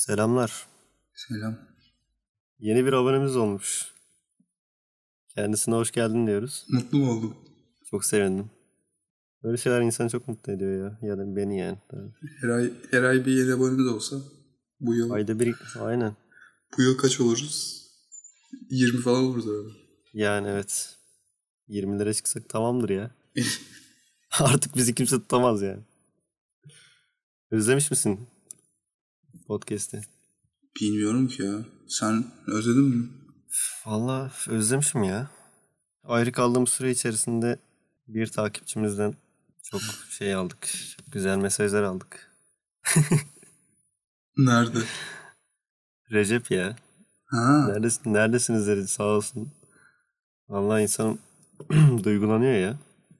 Selamlar. Selam. Yeni bir abonemiz olmuş. Kendisine hoş geldin diyoruz. Mutlu mu oldum? Çok sevindim. Böyle şeyler insanı çok mutlu ediyor ya. Ya da beni yani. Tabii. Her ay bir yeni abonemiz olsa bu yıl Ayda bir, aynen. bu yıl kaç oluruz? 20 falan oluruz herhalde. Yani evet. 20 lira çıksak tamamdır ya. Artık bizi kimse tutamaz yani. Özlemiş misin podcast'i? Bilmiyorum ki ya. Sen özledin mi? Vallahi özlemişim ya. Ayrı kaldığım süre içerisinde bir takipçimizden çok şey aldık. Çok güzel mesajlar aldık. Nerede? Recep ya. Ha, Neredesiniz dedi sağ olsun. Vallahi insan duygulanıyor ya.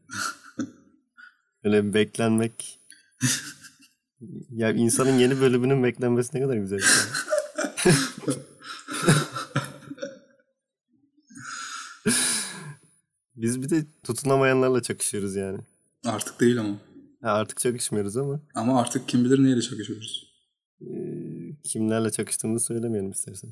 Öyle beklenmek. Ya insanın yeni bölümünün beklenmesi ne kadar güzel bir şey. Biz bir de tutunamayanlarla çakışıyoruz yani. artık değil ama. Ha, artık çakışmıyoruz ama Ama artık kim bilir neyle çakışıyoruz. kimlerle çakıştığımızı söylemeyelim istersen.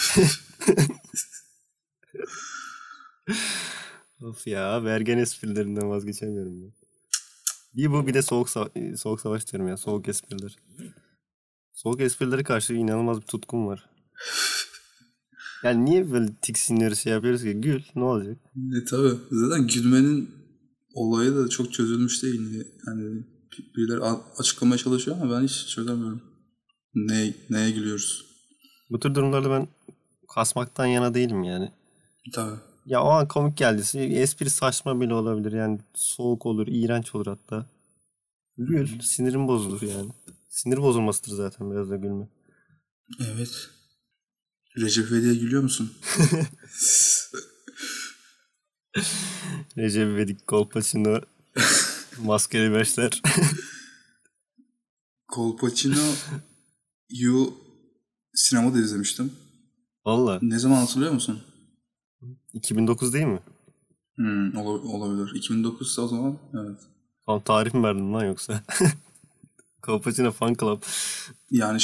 Of ya, vergen esprilerinden vazgeçemiyorum ben. Bir bu bir de soğuk savaş diyorum ya, soğuk espriler. Soğuk esprilere karşı inanılmaz bir tutkum var. Yani niye böyle tiksiniyoruz şey yapıyoruz ki? Gül, ne olacak? Tabii. Zaten gülmenin olayı da çok çözülmüş değil. Yani birileri açıklamaya çalışıyor ama ben hiç çözemiyorum. Neye gülüyoruz? Bu tür durumlarda ben kasmaktan yana değilim yani. Tabii. Ya o an komik geldiyse espri saçma bile olabilir yani soğuk olur, iğrenç olur hatta. Gül, sinirim bozulur yani. Sinir bozulmasıdır zaten biraz da gülme. Evet. Recep İvedik'e gülüyor musun? Recep İvedik, Kolpaçino, Maskeli Beşler. Kolpaçino'yu sinemada izlemiştim. Valla Ne zaman hatırlıyor musun? 2009 değil mi? Olabilir. 2009'sa o zaman evet. Tam tarih mi verdin lan yoksa? Kolpaçino Fan Club. Yani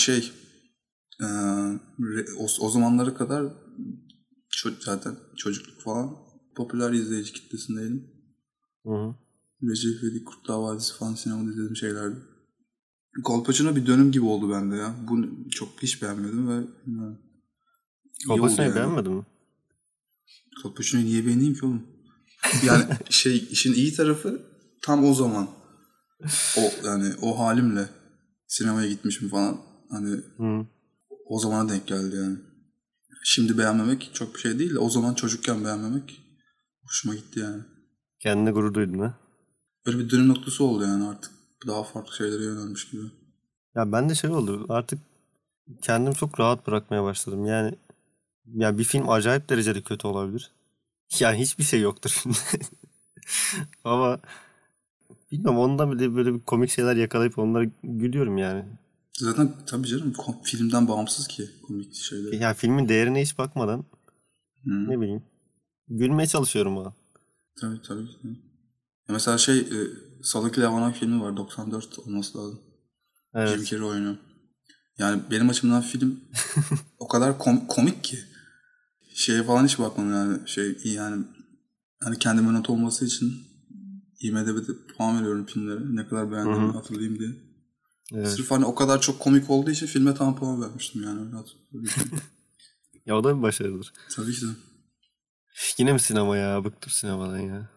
o zamanlara kadar zaten çocukluk falan popüler izleyici kitlesindeydim. Hı hı. Recep İvedik, Kurtlar Vadisi falan sinemada izlediğim şeylerdi. Kolpaçino bir dönüm gibi oldu bende ya. Bunu çok hiç beğenmedim ve iyi oldu Kolpaçino'yu yani. beğenmedin mi? Kolpaçino'yu niye beğeneyim ki oğlum? Yani işin iyi tarafı tam o zaman. Yani o halimle sinemaya gitmişim falan. Hani Hı. o zamana denk geldi yani. Şimdi beğenmemek çok bir şey değil de o zaman çocukken beğenmemek hoşuma gitti yani. Kendine gurur duydun ha? Böyle bir dönüm noktası oldu yani artık. Daha farklı şeylere yönelmiş gibi. Ya ben de şey oldu artık kendim çok rahat bırakmaya başladım. Yani ya bir film acayip derecede kötü olabilir. Yani hiçbir şey yoktur filmde. Ama bilmiyorum ondan bile böyle bir komik şeyler yakalayıp onlara gülüyorum yani. Zaten tabii canım filmden bağımsız ki komik şeyler. Yani filmin değerine hiç bakmadan Hı. ne bileyim gülmeye çalışıyorum o an. Tabii. Ya mesela Salık ile Avanak filmi var. 94 olması lazım. Jim Evet. Carrey oynuyor. Yani benim açımdan film o kadar komik ki. Şeye falan hiç bakmam yani. Yani hani kendime not olması için IMDb'de puan veriyorum filmlere. Ne kadar Hı beğendiğimi hı. hatırlayayım diye. Evet. Sırf hani o kadar çok komik olduğu için filme tam puan vermiştim yani. Öyle şey. Ya o da bir başarıdır. Tabii ki de. Yine mi sinema ya? Bıktım sinemadan ya.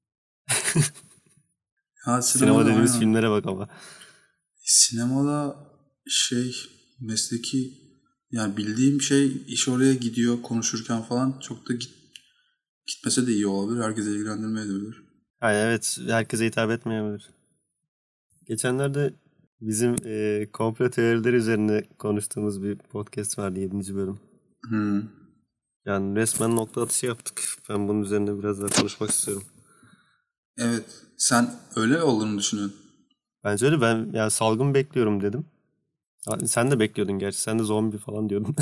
Ha Sinema sinemada dediğimiz aynen. filmlere bak ama. Sinemada mesleki yani bildiğim iş oraya gidiyor konuşurken falan çok da gitmese de iyi olabilir. Herkese ilgilendirmeyebilir. Yani evet herkese hitap etmeyebilir. Geçenlerde bizim komplo teorileri üzerine konuştuğumuz bir podcast vardı 7. bölüm. Hmm. Yani resmen nokta atışı yaptık. Ben bunun üzerine biraz daha konuşmak istiyorum. Evet. Sen öyle olduğunu düşünüyorsun. Bence öyle ben yani salgın bekliyorum dedim. Sen de bekliyordun gerçi. Sen de zombi falan diyordun.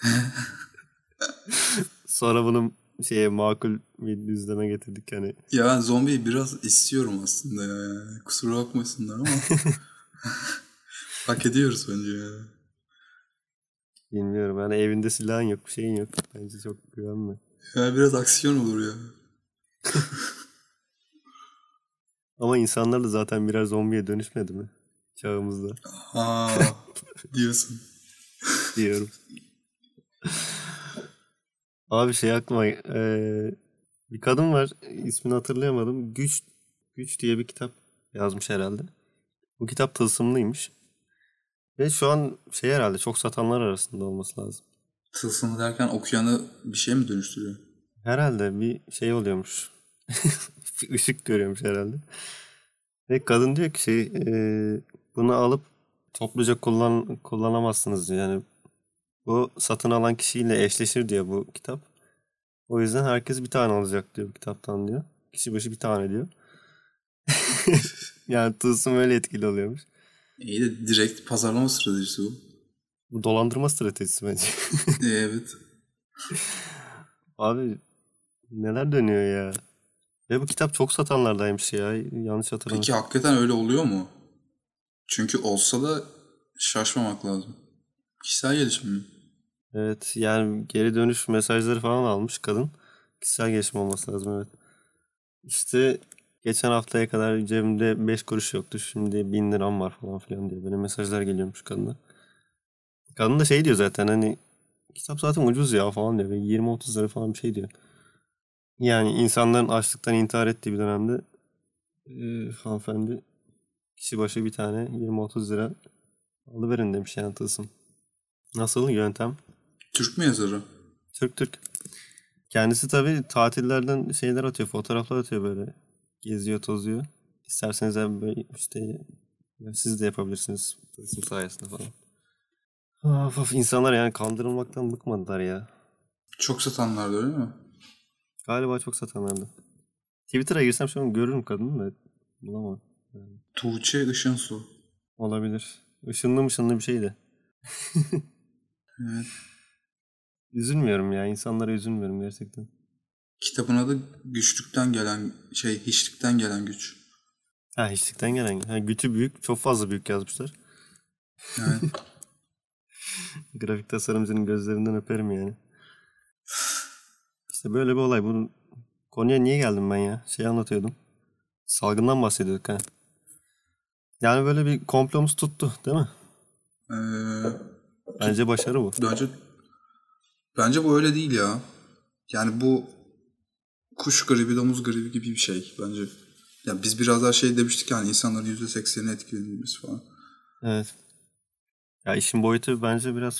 Sonra bunun makul bir düzleme getirdik hani. Ya ben zombiyi biraz istiyorum aslında ya. Kusura bakmasınlar ama hak ediyoruz bence ya. Bilmiyorum. Yani evinde silahın yok, bir şeyin yok. Bence çok güvenme. Ya biraz aksiyon olur ya. Ama insanlar da zaten birer zombiye dönüşmedi mi? Çağımızda Aa diyorsun. diyorum. Abi şey aklıma bir kadın var, ismini hatırlayamadım. Güç diye bir kitap yazmış herhalde. Bu kitap tılsımlıymış. Ve şu an şey herhalde çok satanlar arasında olması lazım. Tılsımı derken okuyanı bir şey mi dönüştürüyor? Herhalde bir şey oluyormuş. Bir ışık görüyormuş herhalde. Ve kadın diyor ki bunu alıp topluca kullanamazsınız diyor. Yani bu satın alan kişiyle eşleşir diyor bu kitap. O yüzden herkes bir tane alacak diyor bu kitaptan diyor. Kişi başı bir tane diyor. Yani tılsım öyle etkili oluyormuş. İyi de direkt pazarlama stratejisi bu. Bu dolandırma stratejisi bence. Evet. Abi neler dönüyor ya. Ve bu kitap çok satanlardaymış ya. Yanlış Peki hatırlamıyorsam. hakikaten öyle oluyor mu? Çünkü olsa da şaşmamak lazım. Kişisel gelişim mi? Evet yani geri dönüş mesajları falan almış kadın. Kişisel gelişim olması lazım, evet. İşte geçen haftaya kadar cebimde 5 kuruş yoktu. Şimdi 1.000 liram var falan filan diye böyle mesajlar geliyormuş kadına. Kadın da şey diyor zaten, hani kitap zaten ucuz ya falan diyor. 20-30 lira falan bir şey diyor. Yani insanların açlıktan intihar ettiği bir dönemde hanımefendi kişi başı bir tane 20-30 lira alıverin demiş yani tılsım. Nasıl yöntem? Türk mü yazarı? Türk Türk. Kendisi tabii tatillerden şeyler atıyor, fotoğraflar atıyor böyle. Geziyor, tozuyor. İsterseniz böyle işte siz de yapabilirsiniz tılsım sayesinde falan. Of, insanlar yani kandırılmaktan bıkmadılar ya. Çok satanlar da öyle mi? Galiba çok satanlardı. Twitter'a girsem şu an görürüm kadını da bulamam. Yani Tuğçe Işınsu. olabilir. Işınlı mışınlı bir şeydi. Evet. Üzülmüyorum ya. İnsanlara üzülmüyorum gerçekten. Kitabın adı güçlükten gelen hiçlikten gelen güç. Ha, hiçlikten gelen. Ha, gütü büyük. Çok fazla büyük yazmışlar. Yani Grafik tasarımcının gözlerinden öperim yani. İşte böyle bir olay. Bu konuya niye geldim ben ya? Şey anlatıyordum. Salgından bahsediyorduk ha. Yani böyle bir komplomuz tuttu, değil mi? eee, Bence başarı bu. bence bence bu öyle değil ya. Yani bu kuş gribi, domuz gribi gibi bir şey bence. Ya biz biraz daha şey demiştik yani insanların %80'ini etkilediğimiz falan. Evet. Ya işin boyutu bence biraz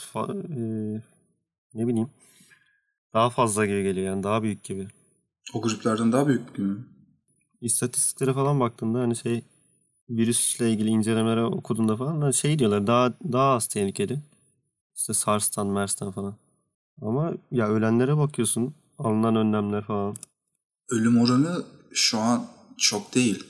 ne bileyim daha fazla gibi geliyor yani, daha büyük gibi. O griplerden daha büyük değil mi? İstatistiklere falan baktığında hani şey, virüsle ilgili incelemeler okuduğunda falan hani şey diyorlar, daha az tehlikeli. İşte SARS'tan, MERS'ten falan. Ama ya ölenlere bakıyorsun, alınan önlemler falan. Ölüm oranı şu an çok değil.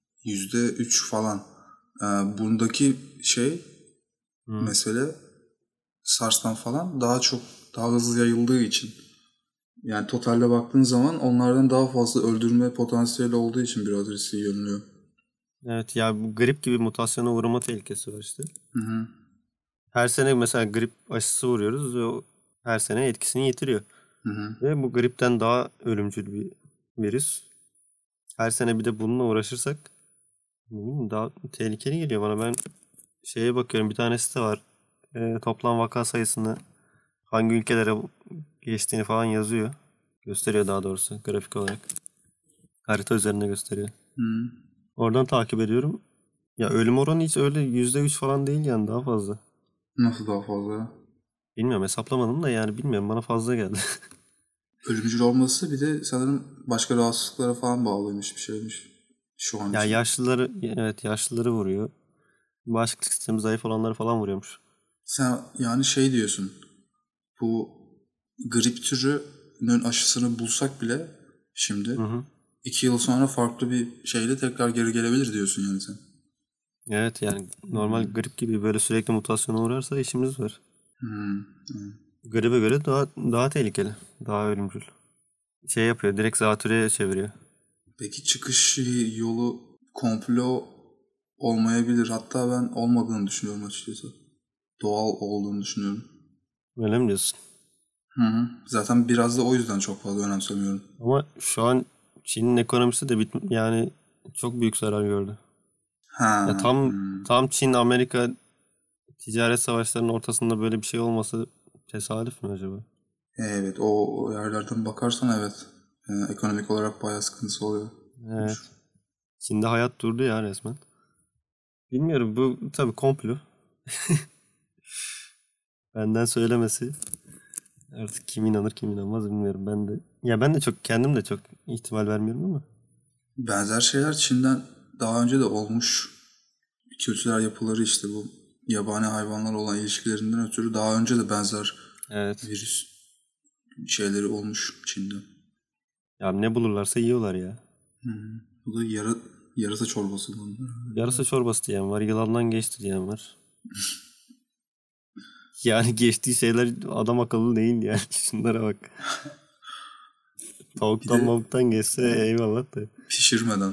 %3 falan. Bundaki şey Hı. mesele SARS'tan falan daha çok daha hızlı yayıldığı için. Yani totalde baktığın zaman onlardan daha fazla öldürme potansiyeli olduğu için biraz riskli görünüyor. Evet ya, bu grip gibi mutasyona uğrama tehlikesi var işte. Hı hı. Her sene mesela grip aşısı vuruyoruz ve o her sene etkisini yitiriyor. Hı hı. Ve bu gripten daha ölümcül bir virüs. Her sene bir de bununla uğraşırsak daha tehlikeli geliyor bana. Ben şeye bakıyorum, bir tane site var. Toplam vaka sayısını hangi ülkelere geçtiğini falan yazıyor. Gösteriyor daha doğrusu grafik olarak. Harita üzerinde gösteriyor. Hı. Oradan takip ediyorum. Ya ölüm oranı hiç öyle %3 falan değil yani, daha fazla. Nasıl daha fazla? Bilmiyorum, hesaplamadım da yani bilmiyorum, bana fazla geldi. Ölümcül olması bir de sanırım başka rahatsızlıklara falan bağlıymış bir şeymiş şu an Ya için. yaşlıları, evet yaşlıları vuruyor. Bağışıklık sistemi zayıf olanları falan vuruyormuş. Sen yani şey diyorsun, bu grip türünün aşısını bulsak bile Hı şimdi hı. 2 yıl sonra farklı bir şeyle tekrar geri gelebilir diyorsun yani sen. Evet yani normal grip gibi böyle sürekli mutasyona uğrarsa işimiz var. Hmm. Gribe göre daha tehlikeli. Daha ölümcül. Şey yapıyor, direkt zatürreye çeviriyor. Peki çıkış yolu komplo olmayabilir. Hatta ben olmadığını düşünüyorum açıkçası. Doğal olduğunu düşünüyorum. Öyle mi diyorsun? Hı. Zaten biraz da o yüzden çok fazla önemsemiyorum. Ama şu an Çin'in ekonomisi de yani çok büyük zarar gördü. Ya Ha. tam Çin Amerika ticaret savaşlarının ortasında böyle bir şey olması tesadüf mü acaba? Evet, o yerlerden bakarsan evet. Ekonomik olarak bayağı sıkıntısı oluyor. Evet. Çin'de hayat durdu ya resmen. Bilmiyorum, bu tabii komplo. Benden söylemesi. Artık kim inanır kim inanmaz bilmiyorum. Ben de kendim de çok ihtimal vermiyorum ama. Benzer şeyler Çin'den daha önce de olmuş. Kültürel yapıları işte bu yabani hayvanlarla olan ilişkilerinden ötürü daha önce de benzer Evet. virüs şeyleri olmuş Çin'de. Ya ne bulurlarsa yiyorlar ya. Bu da yarasa çorbası bunlar. Yarasa çorbası diyen var, yılandan geçti diyen var. Yani geçtiği şeyler adam akıllı değil yani. Şunlara bak. Bir Tavuktan de mavuktan geçse eyvallah da. pişirmeden.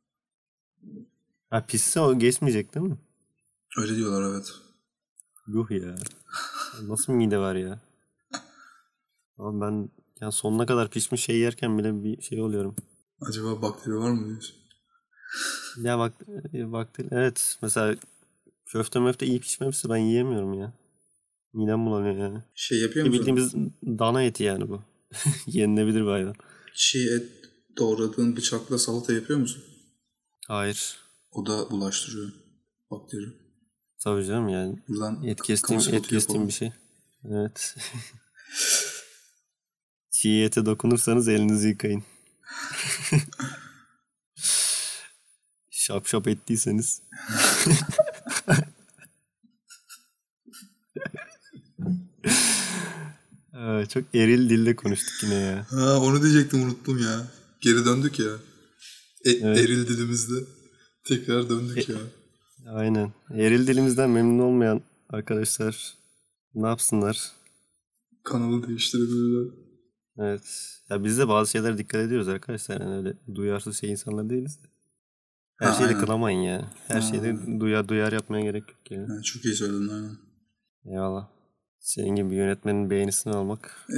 Ha, pisse o geçmeyecek değil mi? Öyle diyorlar evet. Yuh ya. Nasıl mide var ya? Ama ben yani sonuna kadar pişmiş şey yerken bile bir şey oluyorum. Acaba bakteri var mı diyorsun? Ya bak evet, mesela köfte möfte iyi pişmemişse ben yiyemiyorum ya. Midem bulanıyor yani. Şey yapıyor Ki musun? bildiğimiz dana eti yani bu. Yenilebilir bir hayvan. Çiğ et doğradığın bıçakla salata yapıyor musun? Hayır. O da bulaştırıyor bakteri. Tabii canım yani. Buradan kamu Et spotu kestiğim yapalım. bir şey. Evet. Çiğ ete dokunursanız elinizi yıkayın. Şap şap ettiyseniz. Çok eril dilde konuştuk yine ya. Ha, onu diyecektim unuttum ya. Geri döndük ya. Evet. Eril dilimizde. Tekrar döndük ya. Aynen. Eril dilimizden memnun olmayan arkadaşlar ne yapsınlar? Kanalı değiştirebilirler. Evet. Ya biz de bazı şeylere dikkat ediyoruz arkadaşlar. Yani öyle duyarsız şey insanlar değiliz. Her Ha şeyi de aynen. kınamayın ya. Her şeyde Ha, duyar yapmaya gerek yok ya. ha, çok iyi söyledin aynen. Eyvallah. Senin gibi bir yönetmenin beğenisini almak.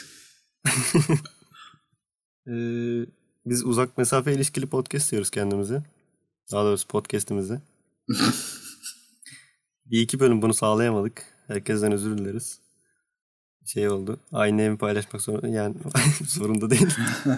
Ee, Biz uzak mesafe ilişkili podcast diyoruz kendimize. Daha doğrusu podcast'imize. Bir iki bölüm bunu sağlayamadık. Herkesten özür dileriz. Şey oldu. Aynı evi paylaşmak zorunda. Yani zorunda değil.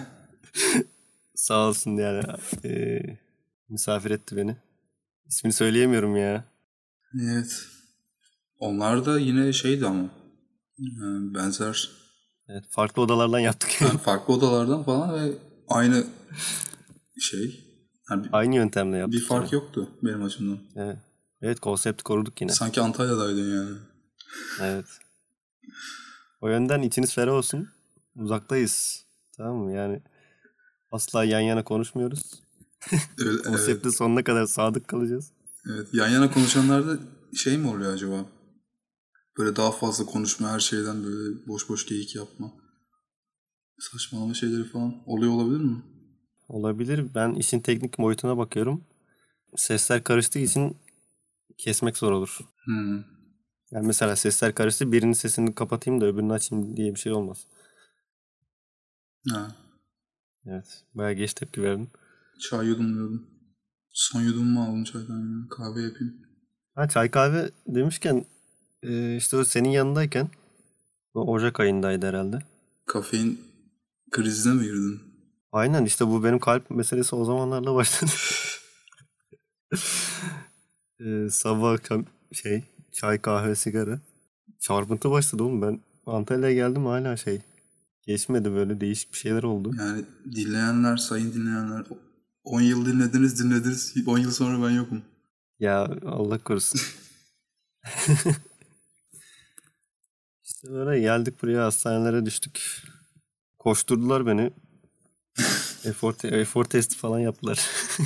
Sağ olsun yani. Misafir etti beni. İsmini söyleyemiyorum ya. Evet. Onlar da yine şeydi ama. Benzer. Evet, farklı odalardan yaptık. Yani farklı odalardan falan ve aynı şey. Yani Aynı yöntemle bir yaptık yine. fark yoktu benim açımdan. Evet. Evet, konsepti koruduk yine. Sanki Antalya'daydın yani. Evet. O yönden içiniz ferah olsun. Uzaktayız. Tamam mı? Yani asla yan yana konuşmuyoruz. Evet, evet. Konsepte sonuna kadar sadık kalacağız. Evet. Yan yana konuşanlarda şey mi oluyor acaba? Böyle daha fazla konuşma, her şeyden böyle boş boş geyik yapma. Saçmalama şeyleri falan oluyor olabilir mi? Olabilir. Ben işin teknik boyutuna bakıyorum. Sesler karıştığı için kesmek zor olur. Hmm. Yani mesela sesler karıştı, birinin sesini kapatayım da öbürünü açayım diye bir şey olmaz. Ha. Evet. Bayağı geç tepki verdim. Çay yudumluyordum. Son yudumumu aldım çaydan ya. Kahve yapayım. Ha, çay kahve demişken işte o senin yanındayken bu Ocak ayındaydı herhalde. Kafein krizine mi girdin? Aynen, işte bu benim kalp meselesi o zamanlarla başladı. Sabah akşam çay kahve sigara. Çarpıntı başladı oğlum, ben Antalya'ya geldim hala geçmedi, böyle değişik bir şeyler oldu. Yani dinleyenler, sayın dinleyenler 10 yıl dinlediniz. 10 yıl sonra ben yokum. Ya Allah korusun. İşte böyle geldik buraya, hastanelere düştük. Koşturdular beni. Efor testi falan yaptılar.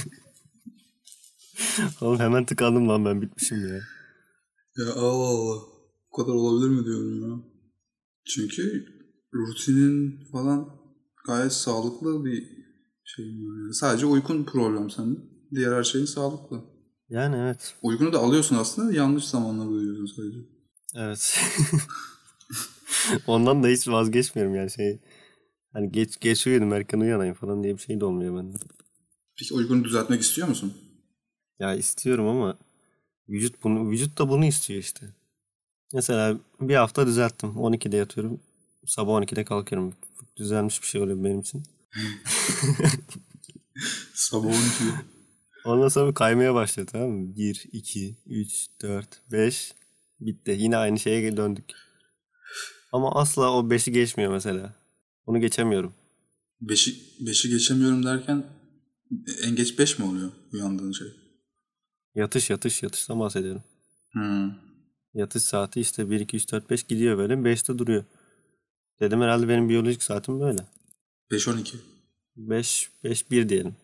Oğlum hemen tıkandım lan, ben bitmişim ya. Ya Allah Allah. Bu kadar olabilir mi diyorum ya. Çünkü rutinin falan gayet sağlıklı bir şey. Yani. Sadece uykun problem senin. Diğer her şeyin sağlıklı. Yani evet. Uykunu da alıyorsun aslında, yanlış zamanlarda uyuyorsun sadece. Evet. Ondan da hiç vazgeçmiyorum yani şey. Hani geç uyudum erken uyanayım falan diye bir şey de olmuyor bende. Peki uykunu düzeltmek istiyor musun? Ya istiyorum ama vücut da bunu istiyor işte. Mesela bir hafta düzelttim. 12'de yatıyorum. Sabah 12'de kalkıyorum. Düzelmiş bir şey oluyor benim için. Sabah 12'de. Ondan sonra kaymaya başladı, tamam mı? 1, 2, 3, 4, 5. Bitti. Yine aynı şeye döndük. Ama asla o beşi geçmiyor mesela. Onu geçemiyorum. Beşi geçemiyorum derken en geç 5 mi oluyor uyandığın şey? Yatıştan bahsediyorum. Hmm. Yatış saati işte 1, 2, 3, 4, 5 gidiyor böyle. 5'te duruyor. Dedim herhalde benim biyolojik saatim böyle. 5-12. 5 1 diyelim.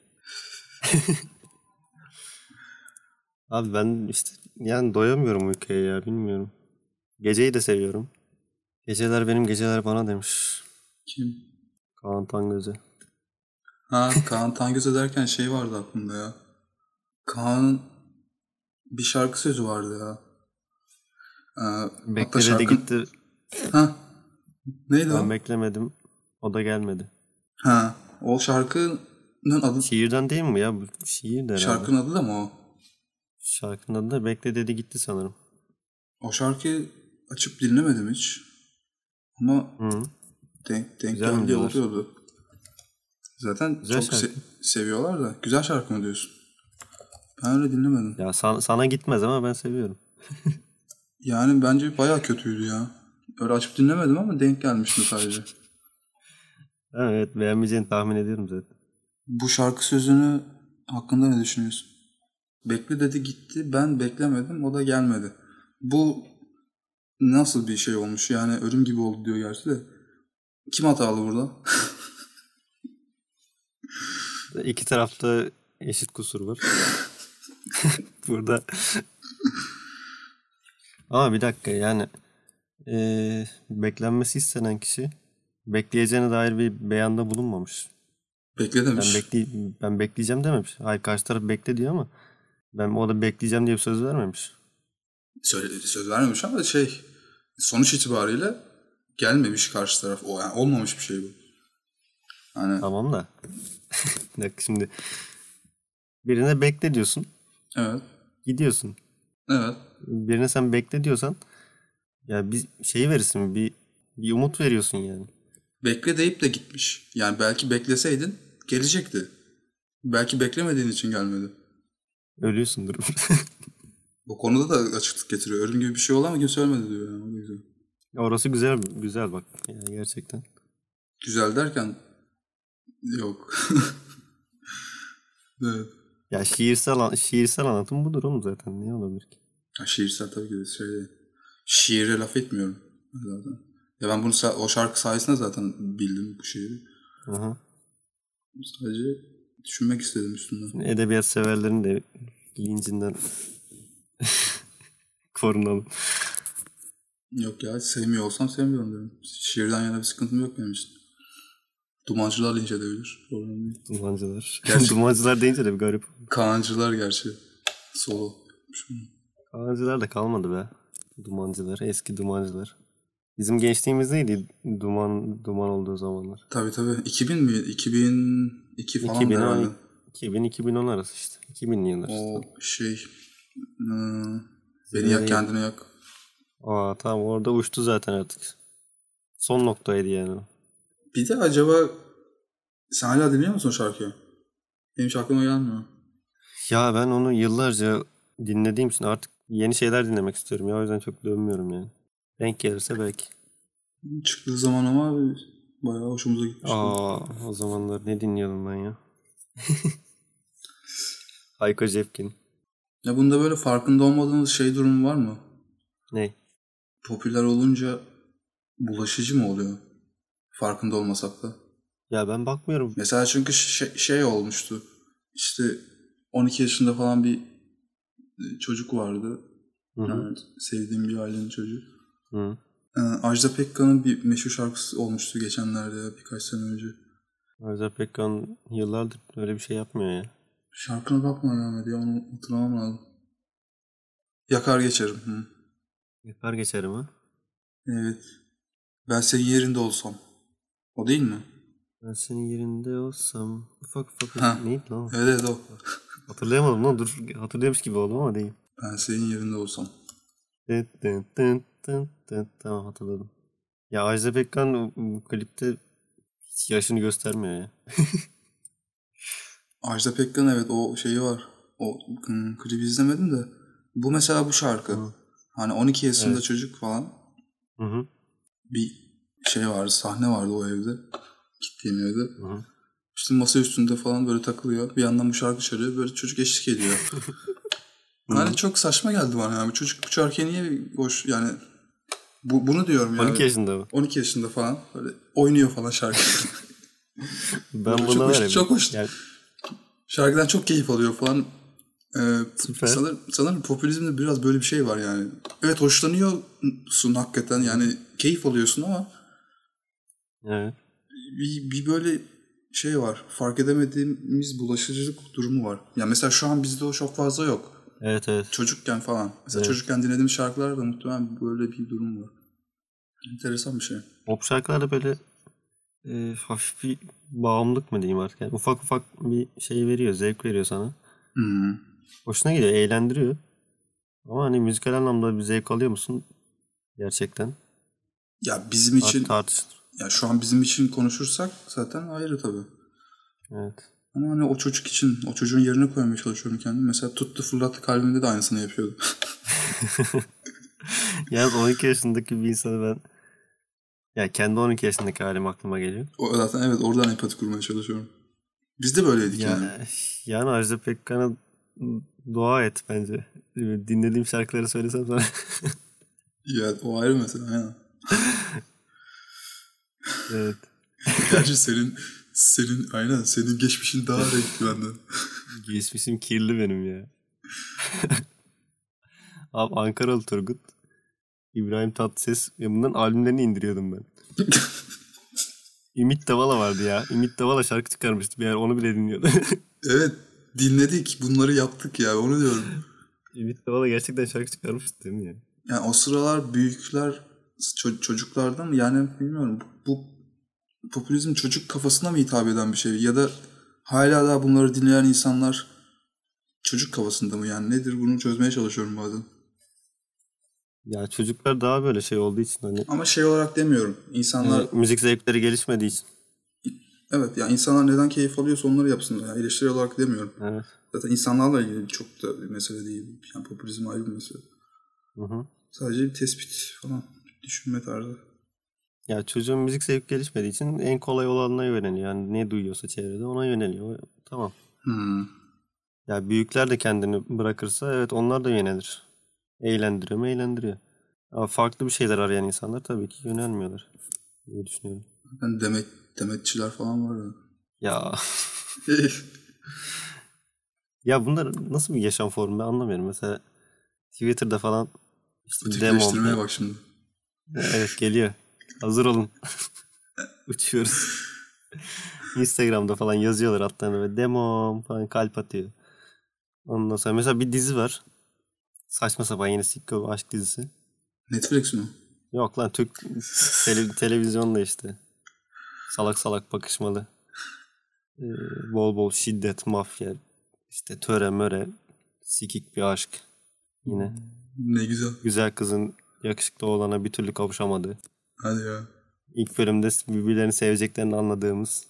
Abi ben işte yani doyamıyorum uykuya ya, bilmiyorum. Geceyi de seviyorum. Geceler benim, geceler bana demiş Kim? Kaan Tangöze. Ha, Kaan Tangöze derken şey vardı aklımda ya. Kaan'ın bir şarkı sözü vardı ya. Hatta Bekle dedi gitti. Ha, neydi Ben o? beklemedim. O da gelmedi. Ha, o şarkının adı, Şiirden değil mi ya? Bu şiir de herhalde. şarkının adı da mı o? Şarkının adı da Bekle dedi gitti sanırım. O şarkıyı açıp dinlemedim hiç. Ama Hı. denk Güzel mi geldiği diyorlar? oluyordu. Zaten Güzel çok şarkı. seviyorlar da. Güzel şarkı mı diyorsun? Ben öyle dinlemedim. Ya sana gitmez ama ben seviyorum. Yani bence bayağı kötüydü ya. Öyle açıp dinlemedim ama denk gelmiştim sadece. Evet, beğenmeyeceğini tahmin ediyorum zaten. Bu şarkı sözünü hakkında ne düşünüyorsun? Bekle dedi gitti, ben beklemedim, o da gelmedi. Bu nasıl bir şey olmuş? Yani ölüm gibi oldu diyor gerçi de. Kim hatalı burada? İki tarafta eşit kusur var. Burada. Ama bir dakika yani beklenmesi istenen kişi bekleyeceğine dair bir beyanda bulunmamış. Bekle Ben demiş. bekle ben bekleyeceğim dememiş. Hayır, karşı taraf bekle diyor ama ben o da bekleyeceğim diye bir söz vermemiş. Söz vermemiş ama sonuç itibariyle gelmemiş karşı taraf. O, yani olmamış bir şey bu. Hani Tamam da. Bir dakika şimdi birine bekle diyorsun. evet. Gidiyorsun. Evet. Birine sen bekle diyorsan ya bir şey verirsin, bir umut veriyorsun yani. Bekle deyip de gitmiş. Yani belki bekleseydin gelecekti. Belki beklemediğin için gelmedi. Ölüyorsundur. Bu konuda da açıklık getiriyor. Ölüm gibi bir şey oldu ama kimse ölmedi diyor. Yani. O da güzel. Orası güzel güzel bak yani gerçekten. Güzel derken yok. Evet. Ya şiirsel anlatım budur oğlum zaten. Ne olabilir ki? Ya şiirsel tabii ki de şiire laf etmiyorum zaten. Ya ben bunu o şarkı sayesinde zaten bildim bu şiiri. Aha. Sadece düşünmek istedim üstünden. Şimdi edebiyat severlerin de lincinden korunalım. Yok ya sevmiyor olsam sevmiyorum diyorum. Şiirden yana bir sıkıntım yok benim için. Dumancılar linç edebilir. Problem değil. Dumancılar. Gerçi Dumancılar deyince de bir garip. Kaan'cılar gerçi solo. Dumancılar da kalmadı be. Dumancılar, eski dumancılar. Bizim gençliğimizdeydi duman olduğu zamanlar. Tabii tabii. 2000 mi? 2002 falan da 2010, herhalde. 2000-2010 arası işte. 2000'li yıllar işte. O ıı, beni yak Zirvedeydi. kendine yak. Aa tamam, orada uçtu zaten artık. Son noktaydı yani o. Bir de acaba sen hala dinliyor musun o şarkıyı? Benim hiç aklıma gelmiyor. Ya ben onu yıllarca dinlediğim için artık yeni şeyler dinlemek istiyorum ya. O yüzden çok dönmüyorum yani. Denk gelirse belki. Çıktığı zaman ama bayağı hoşumuza gitmişti. Aa, o zamanlar ne dinliyordum ben ya? Hayko Cepkin. Ya bunda böyle farkında olmadığınız durumu var mı? Ne? Popüler olunca bulaşıcı mı oluyor? Farkında olmasak da. Ya ben bakmıyorum. Mesela çünkü olmuştu. İşte 12 yaşında falan bir çocuk vardı. Hı hı. Yani sevdiğim bir ailenin çocuğu. Hı. Ajda Pekkan'ın bir meşhur şarkısı olmuştu geçenlerde birkaç sene önce. Ajda Pekkan yıllardır öyle bir şey yapmıyor ya. Şarkına bakma gelmedi ya onu hatırlamam lazım. Yakar geçerim. Hı. Yakar geçerim ha. Evet. Ben senin yerinde olsam. O değil mi? Ben senin yerinde olsam ufak ufak Ha. neydi lan o? Evet o. Hatırlayamadım lan, dur hatırlıyormuş gibi oldum ama değil. Ben senin yerinde olsam. Tamam, hatırladım. Ya Ajda Pekkan bu klipte hiç yaşını göstermiyor ya. Ajda Pekkan evet o şeyi var. O klibi izlemedim de. Bu mesela bu şarkı. Hı. Hani 12 yaşında Evet. çocuk falan. Hı hı. Bir şey vardı, sahne vardı o evde. Gittiğim evde. Hı hı. İşte masa üstünde falan böyle takılıyor. Bir yandan bu şarkı çalıyor. Böyle çocuk eşlik ediyor. Hani çok saçma geldi bana ya. Bu çocuk bu şarkıya niye boş yani bunu diyorum ya. 12 yaşında mı? 12 yaşında falan böyle oynuyor falan şarkı. Ben Çok buna hoş, var ya. çok hoş. Yani Şarkıdan çok keyif alıyor falan. süper. Sanırım popülizmde biraz böyle bir şey var yani. Evet hoşlanıyorsun hakikaten yani keyif alıyorsun ama Evet. bir böyle şey var. Fark edemediğimiz bulaşıcılık durumu var. Yani mesela şu an bizde o çok fazla yok. Evet, evet. Çocukken falan. Mesela Evet. çocukken dinlediğim şarkılarda muhtemelen böyle bir durum var. Enteresan bir şey. Pop şarkılarda böyle hafif bir bağımlılık mı diyeyim artık. Yani ufak ufak bir şey veriyor, zevk veriyor sana. Hmm. Hoşuna gidiyor, eğlendiriyor. Ama hani müzikal anlamda bir zevk alıyor musun? Gerçekten. Ya bizim için Tartışılır. ya şu an bizim için konuşursak zaten ayrı tabii. Evet. Ama hani o çocuk için, o çocuğun yerine koymaya çalışıyorum kendimi. Mesela tuttu fırlattı kalbimde de aynısını yapıyordu. Yalnız 12 yaşındaki bir insanı ben, ya kendi 12 yaşındaki halim aklıma geliyor. O zaten evet oradan empati kurmaya çalışıyorum. Biz de böyleydik yani. Ya yani Ajda Pekkan'a dua et bence. Dinlediğim şarkıları söylesem sana. Ya o ayrı mesela aynen. Evet. Gerçi senin aynen senin geçmişin daha renkli benden. Geçmişim kirli benim ya. Abi Ankaralı Turgut, İbrahim Tatlıses ve bunların albümlerini indiriyordum ben. Ümit Davala vardı ya. Ümit Davala şarkı çıkarmıştı bir yer, onu bile dinliyordum. Evet dinledik bunları yaptık ya onu diyorum. Ümit Davala gerçekten şarkı çıkarmıştı değil mi ya? Yani o sıralar büyükler çocuklardan yani bilmiyorum bu popülizm çocuk kafasına mı hitap eden bir şey ya da hala daha bunları dinleyen insanlar çocuk kafasında mı yani nedir bunu çözmeye çalışıyorum bazen. Ya çocuklar daha böyle şey olduğu için hani Ama şey olarak demiyorum. İnsanlar müzik zevkleri gelişmediği için. evet ya insanlar neden keyif alıyorsa onları yapsın. Yani eleştiri olarak demiyorum. Evet. Zaten insanlarla ilgili çok da bir mesele değil. Yani popülizm ayrı bir mesele. Hı hı. Sadece bir tespit falan. Düşünme tarzı. Ya çocuğun müzik zevk gelişmediği için en kolay olanına yöneliyor. Yani ne duyuyorsa çevrede ona yöneliyor. Tamam. Hmm. Ya büyükler de kendini bırakırsa evet onlar da yönelir. Eğlendiriyor mu? Eğlendiriyor. Ama farklı bir şeyler arayan insanlar tabii ki yönelmiyorlar diye düşünüyorum. Yani demetçiler falan var ya. Ya ya bunlar nasıl bir yaşam formu ben anlamıyorum. Mesela Twitter'da falan işte demom. Ötekileştirmeye bak şimdi. Evet, geliyor. Hazır olun. Uçuyoruz. Instagram'da falan yazıyorlar altlarına ve demom falan kalp atıyor. Ondan sonra mesela bir dizi var. Saçma sapan yine sitcom aşk dizisi. Netflix mi? Yok lan, Türk televizyonda işte. Salak salak bakışmalı. Ee, bol bol şiddet, mafya, işte töre möre, sikik bir aşk. Yine Ne güzel. güzel kızın yakışıklı oğlana bir türlü kavuşamadığı. Hadi ya. İlk bölümde birbirlerini seveceklerini anladığımız.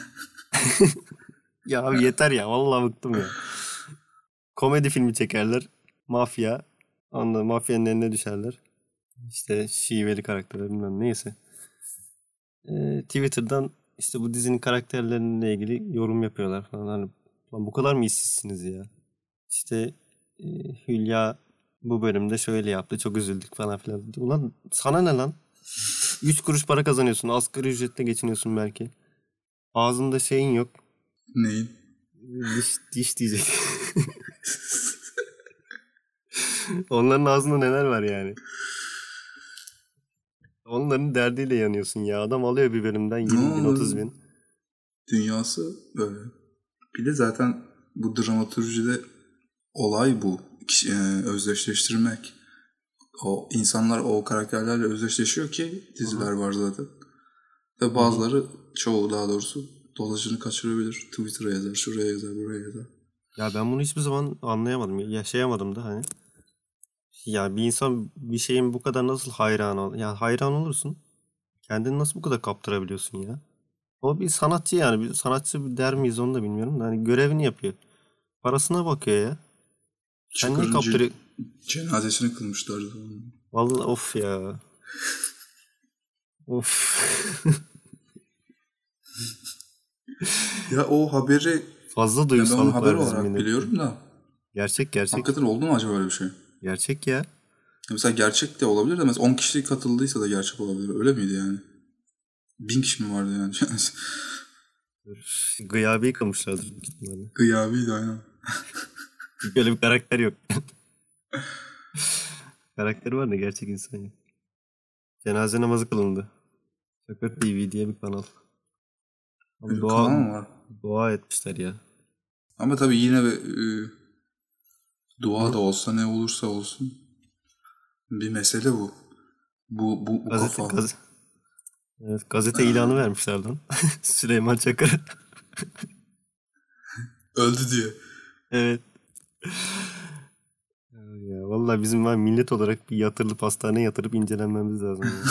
Ya abi yeter ya, vallahi bıktım ya. Komedi filmi çekerler. Mafya. Ondan mafyanın eline düşerler. İşte şiveli karakterler bilmem neyse. Twitter'dan işte bu dizinin karakterleriyle ilgili yorum yapıyorlar falan. Hani, "Lan bu kadar mı işsizsiniz ya? İşte e, Hülya bu bölümde şöyle yaptı, çok üzüldük falan filan." Ulan sana ne lan? 3 kuruş para kazanıyorsun. Asgari ücretle geçiniyorsun belki. Ağzında şeyin yok. Neyin? Diş diyecek. Onların ağzında neler var yani? Onların derdiyle yanıyorsun ya. Adam alıyor bir bölümden 20 bin, 30 bin. Dünyası böyle. Bir de zaten bu dramaturjide olay bu. Özdeşleştirmek. o insanlar o karakterlerle özdeşleşiyor ki diziler var zaten. Ve Hı. bazıları, çoğu daha doğrusu, dolaşını kaçırabilir. Twitter'a yazar, şuraya yazar, buraya yazar. Ya ben bunu hiçbir zaman anlayamadım. Yaşayamadım da hani. Ya bir insan bir şeyin bu kadar nasıl hayran ol? Ya hayran olursun. Kendini nasıl bu kadar kaptırabiliyorsun ya? O bir sanatçı yani. Bir sanatçı der miyiz onu da bilmiyorum da. Hani görevini yapıyor. Parasına bakıyor ya. Sen niye Çakır'ın kaptırıyor? cenazesini kılmışlardı. Vallahi of ya. Of. Ya o haberi, Fazla ya ben onu duygusallık haber var bizim olarak millette. biliyorum da Gerçek gerçek. hakikaten oldu mu acaba öyle bir şey? Gerçek ya. Mesela gerçek de olabilir de mesela 10 kişi katıldıysa da gerçek olabilir. Öyle miydi yani? 1000 kişi mi vardı yani? Gıyabi yıkamışlardır büyük ihtimalle. Gıyabiydi aynen. Çünkü öyle bir karakter yok. Karakteri var da gerçek insan yok. Cenaze namazı kılındı. Çakır TV diye bir kanal. Ama Öyle bir kanal mı var? dua etmişler ya. Ama tabii yine dua Hı? da olsa, ne olursa olsun bir mesele bu. Bu Gazete, kafa. evet, gazete ilanı vermişler lan. Süleyman Çakır. Öldü diye. Evet. Ya vallahi bizim var millet olarak bir yatırılıp hastaneye yatırıp incelenmemiz lazım ya.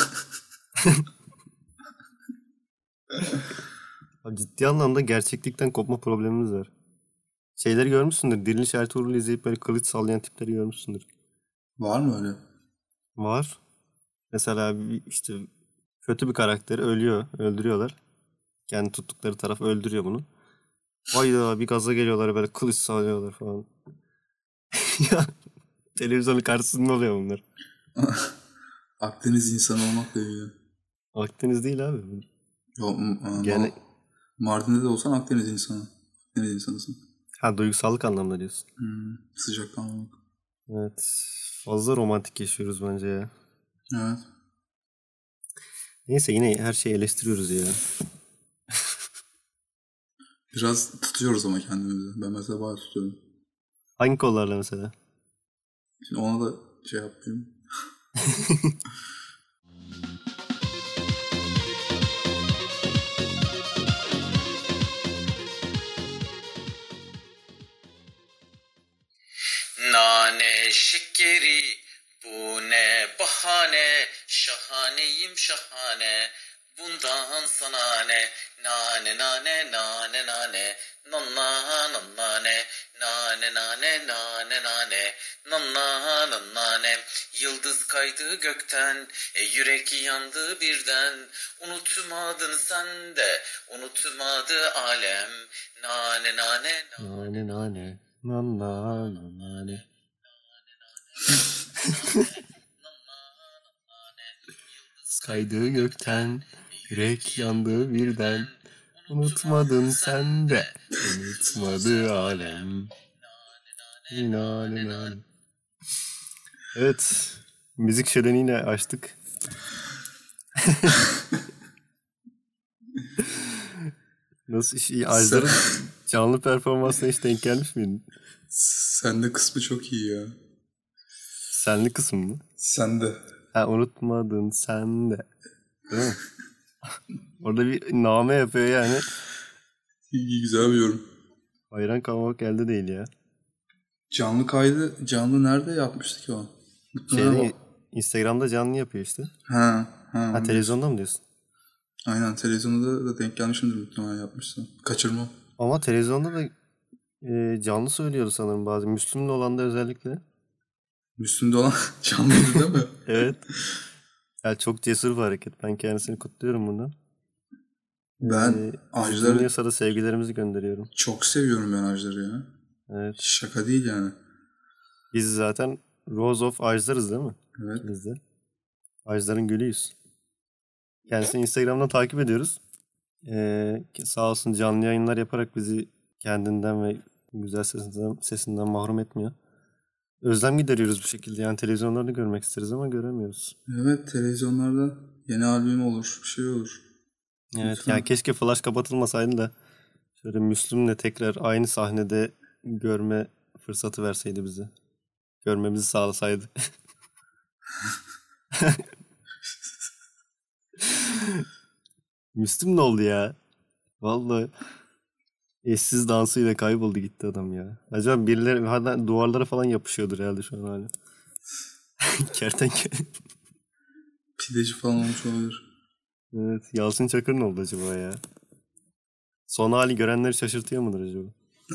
Abi ciddi anlamda gerçeklikten kopma problemimiz var. Şeyleri görmüşsündür. Diriliş Ertuğrul'u izleyip böyle kılıç sallayan tipleri görmüşsündür. Var mı öyle? Var. Mesela işte kötü bir karakteri ölüyor. Öldürüyorlar. Kendi tuttukları taraf öldürüyor bunu. Hayda bir gaza geliyorlar böyle kılıç sallıyorlar falan. Ya televizyonun karşısında oluyor bunlar. Akdeniz insanı olmakla ilgili. Akdeniz değil abi. Yo, Gene Mardin'de de olsan Akdeniz insanı. Akdeniz insanısın. ha duygusallık anlamda diyorsun. Sıcakkanlılık. Evet. Fazla romantik yaşıyoruz bence ya. Evet. Neyse yine her şeyi eleştiriyoruz ya. Biraz tutuyoruz ama kendimizi. Ben mesela bayağı tutuyorum. Hangi kollarla mesela? Şimdi ona da şey yapayım. Nane şekeri bu ne bahane, şahaneyim şahane, bundan sana ne? Nane nane nane nane, nanna nanna ne? Nane nane nane nane, nanna nanna ne? Yıldız kaydı gökten, yürek yandı birden, unutmadın sen de, unutmadı alem. Nane nane nane. Nane nane. Nanna nane. Kaydı gökten, yürek yandı birden. Unutmadın sen de, unutmadı alem. Nane nane. Evet, müzik şöleniyle açtık. Nasıl Ajdar'ın canlı performansına hiç denk gelmiş miydin? Sende kısmı çok iyi ya. Senli kısım mı? Sende. Ha unutmadın sen de. Değil mi? Orada bir name yapıyor yani. İyi, güzel bir yorum. Hayran kalmak elde değil ya. Canlı kaydı, canlı nerede yapmıştı ki o? Muhtemelen Şeyde Instagram'da canlı yapıyor işte. Ha Ha onu diyorsun. televizyonda mı diyorsun? Aynen, televizyonda da denk gelmişimdir muhtemelen yapmışsa. Kaçırmam. Ama televizyonda da canlı söylüyordu sanırım bazı. Müslüm'le olan da özellikle. Üstünde olan canlıydı değil mi? Evet. Ya çok cesur bir hareket. Ben kendisini kutluyorum bundan. Ben Bizi Ajdar'ı dinliyorsa da sevgilerimizi gönderiyorum. çok seviyorum, ben Ajdar'ı ya. Evet. Şaka değil yani. Biz zaten Rose of Ajdar'ız değil mi? Evet. İkimiz de. Ajdar'ın gülüyüz. Kendisini Instagram'dan takip ediyoruz. Sağ olsun canlı yayınlar yaparak bizi kendinden ve güzel sesinden mahrum etmiyor. Özlem gideriyoruz bu şekilde. Yani televizyonlarda görmek isteriz ama göremiyoruz. Evet, televizyonlarda yeni albüm olur, bir şey olur. Evet Lütfen. ya keşke flash kapatılmasaydı da şöyle Müslüm'le tekrar aynı sahnede görme fırsatı verseydi bize. Görmemizi sağlasaydı. Müslüm ne oldu ya? Vallahi eşsiz dansıyla kayboldu gitti adam ya. Acaba birileri hala duvarlara falan yapışıyordur herhalde şu an hala. Kertenkele. Pideci falan olmuş olabilir. Evet. Yalçın Çakır ne oldu acaba ya? Son hali görenleri şaşırtıyor mudur acaba?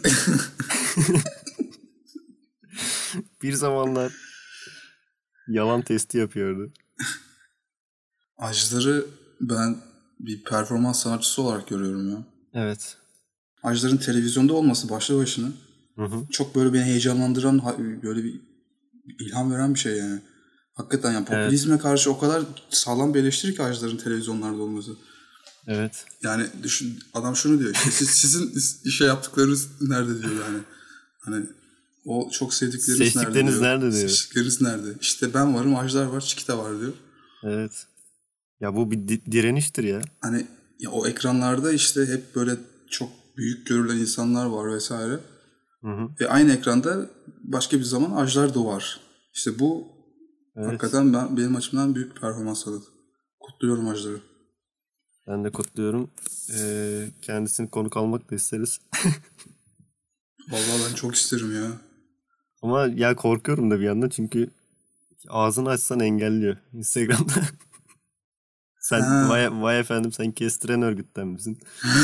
Bir zamanlar yalan testi yapıyordu. Ajdar'ı ben bir performans sanatçısı olarak görüyorum ya. Evet. Ajdar'ın televizyonda olması başlı başına Hı hı. çok böyle beni heyecanlandıran, böyle bir ilham veren bir şey yani. Hakikaten yani Evet. popülizme karşı o kadar sağlam bir eleştiri ki Ajdar'ın televizyonlarda olması. Evet. Yani düşün, adam şunu diyor işte sizin işe yaptıklarınız nerede diyor yani. Hani o çok sevdikleriniz nerede Seçtikleriniz diyor. nerede diyor. Seçtikleriniz nerede? İşte ben varım, Ajdar var, Çikita var diyor. Evet. Ya bu bir direniştir ya. Hani ya o ekranlarda işte hep böyle çok büyük görülen insanlar var vesaire. Hı hı. Ve aynı ekranda başka bir zaman Ajdar da var. İşte bu Evet. hakikaten benim açımdan büyük bir performans sanatı. Kutluyorum Ajdar'ı. Ben de kutluyorum. Kendisini konuk almak da isteriz. Vallahi ben çok isterim ya. Ama ya korkuyorum da bir yandan çünkü ağzını açsan engelliyor Instagram'da. Sen Ha. vay efendim sen kestiren örgütten misin?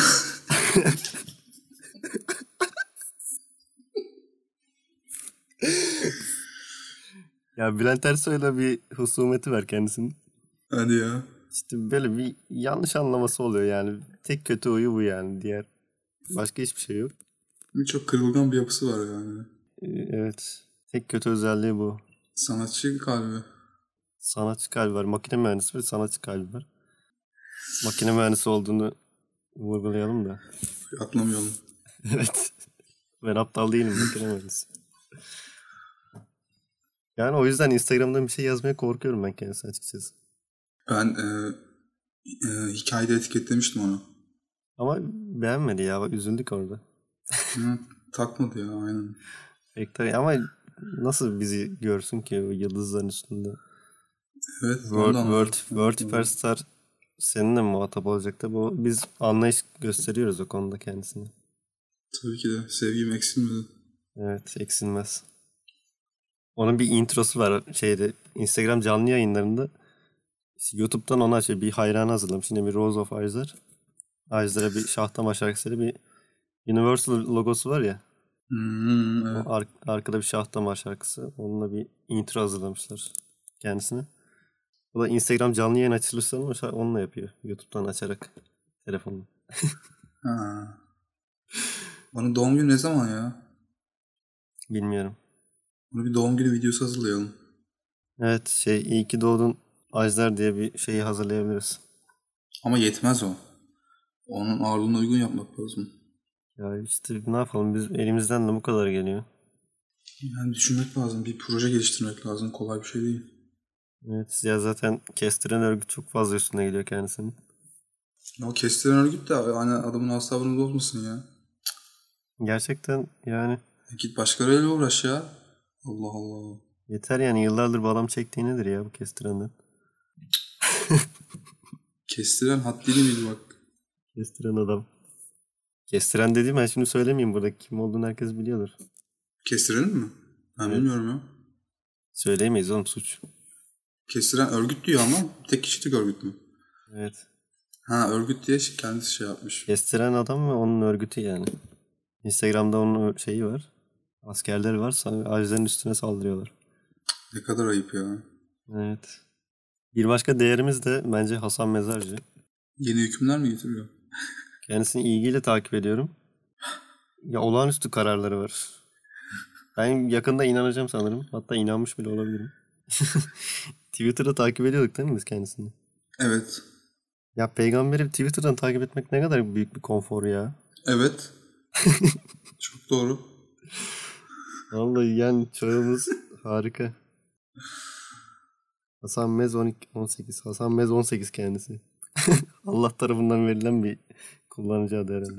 Ya Bülent Ersoy'la bir husumeti var kendisinin. Hadi ya. İşte böyle bir yanlış anlaması oluyor yani. Tek kötü huyu bu yani. Diğer başka hiçbir şey yok. Çok kırılgan bir yapısı var yani. Evet. Tek kötü özelliği bu. Sanatçı kalbi. Sanatçı kalbi var. Makine mühendisi ve sanatçı kalbi var. Makine mühendisi olduğunu vurgulayalım da. Atlamayalım. Evet. Ben aptal değilim, makine mühendisi. Yani o yüzden Instagram'dan bir şey yazmaya korkuyorum ben kendisi açıkçası. Ben hikayede etiketlemiştim onu. Ama beğenmedi ya. Bak, üzüldük orada. Hı, takmadı ya aynen. Ama nasıl bizi görsün ki o yıldızların üstünde? Evet onu da anladım. World Superstar seninle mi muhatap olacak da biz anlayış gösteriyoruz o konuda kendisine. Tabii ki de sevgim eksilmedi. Evet, eksilmez. Onun bir introsu var Instagram canlı yayınlarında. İşte YouTube'dan onu açıyor. Bir hayran hazırlamış. Yine bir Rose of Ajdar. Ajdar'a bir Şahtama şarkısıyla bir Universal logosu var ya. Evet. O arkada bir Şahtama şarkısı. Onunla bir intro hazırlamışlar kendisine. O da Instagram canlı yayın açılırsa onunla yapıyor. YouTube'dan açarak telefonunu. Ha. Onun doğum günü ne zaman ya? Bilmiyorum. Bunu bir doğum günü videosu hazırlayalım. Evet iyi ki doğdun Ajdar diye bir şeyi hazırlayabiliriz. Ama yetmez o. Onun ağırlığına uygun yapmak lazım. Ya işte ne yapalım biz elimizden de bu kadar geliyor. Yani düşünmek lazım. Bir proje geliştirmek lazım. Kolay bir şey değil. Evet ya zaten kestiren örgüt çok fazla üstüne geliyor kendisinin. O kestiren örgüt de hani adamın asabını bozmasın ya. Gerçekten yani Git başkalarıyla uğraş ya. Allah Allah. yeter yani yıllardır bu adam çektiği nedir ya bu kestirenden. Kestiren haddini bil bak. Kestiren adam. Kestiren dediğim ben şimdi söylemeyeyim burada kim olduğunu herkes biliyordur. Kestirenin mi? Ben Evet. bilmiyorum ya. Söyleyemeyiz oğlum suç. Kestiren örgüt diyor ama tek kişilik örgüt mü? Evet. Ha örgüt diye kendisi şey yapmış. Kestiren adam ve onun örgütü yani. Instagram'da onun şeyi var. Askerleri var. Ajdar'ın üstüne saldırıyorlar. Ne kadar ayıp ya. Evet. Bir başka değerimiz de bence Hasan Mezarcı. Yeni hükümler mi getiriyor? Kendisini ilgiyle takip ediyorum. Ya olağanüstü kararları var. Ben yakında inanacağım sanırım. Hatta inanmış bile olabilirim. Twitter'da takip ediyorduk değil mi biz kendisini? Evet. Ya peygamberi Twitter'dan takip etmek ne kadar büyük bir konfor ya. Evet. Çok doğru. Vallahi yani çağımız harika. Hasan Mez 18. Hasan Mez 18 kendisi. Allah tarafından verilen bir kullanıcı adı herhalde.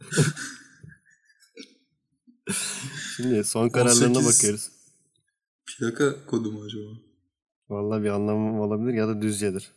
Şimdi son kararlarına 18 bakıyoruz. Plaka kodu mu acaba? Vallahi bir anlamı olabilir ya da Düzce'dir.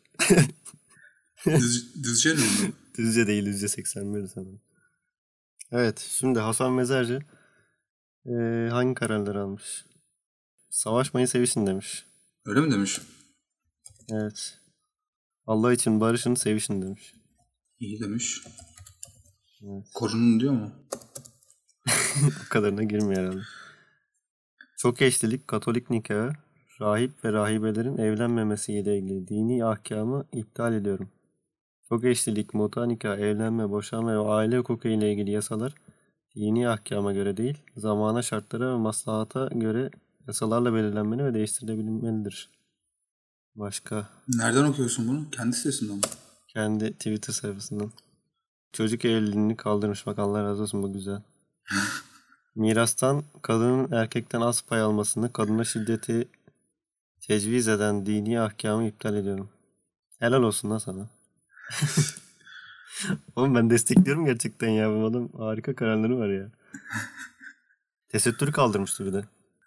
Düzce mi bu? Düzce değil, Düzce 81 sanırım. Evet, şimdi Hasan Mezarcı hangi kararları almış? Savaşmayın, sevişin demiş. Öyle mi demiş? Evet. Allah için barışın, sevişin demiş. İyi demiş. Evet. Korunun diyor mu? O kadarına girmiyor herhalde. Çok eşlilik, Katolik nikahı, rahip ve rahibelerin evlenmemesiyle ilgili dini ahkamı iptal ediyorum. Çok eşlilik, muta nikah, evlenme, boşanma ve aile hukuku ile ilgili yasalar dini ahkama göre değil, zamana, şartlara ve maslahata göre yasalarla belirlenmeli ve değiştirilebilmelidir. Başka, Nereden okuyorsun bunu? Kendi sitesinden mi? kendi Twitter sayfasından. Çocuk evliliğini kaldırmış. Bak Allah razı olsun, bu güzel. Mirastan kadının erkekten az pay almasını, kadına şiddeti tecviz eden dini ahkamı iptal ediyorum. Helal olsun lan sana. Oğlum ben destekliyorum gerçekten ya. Bu adam harika kararları var ya. Tesettürü kaldırmıştı bir de.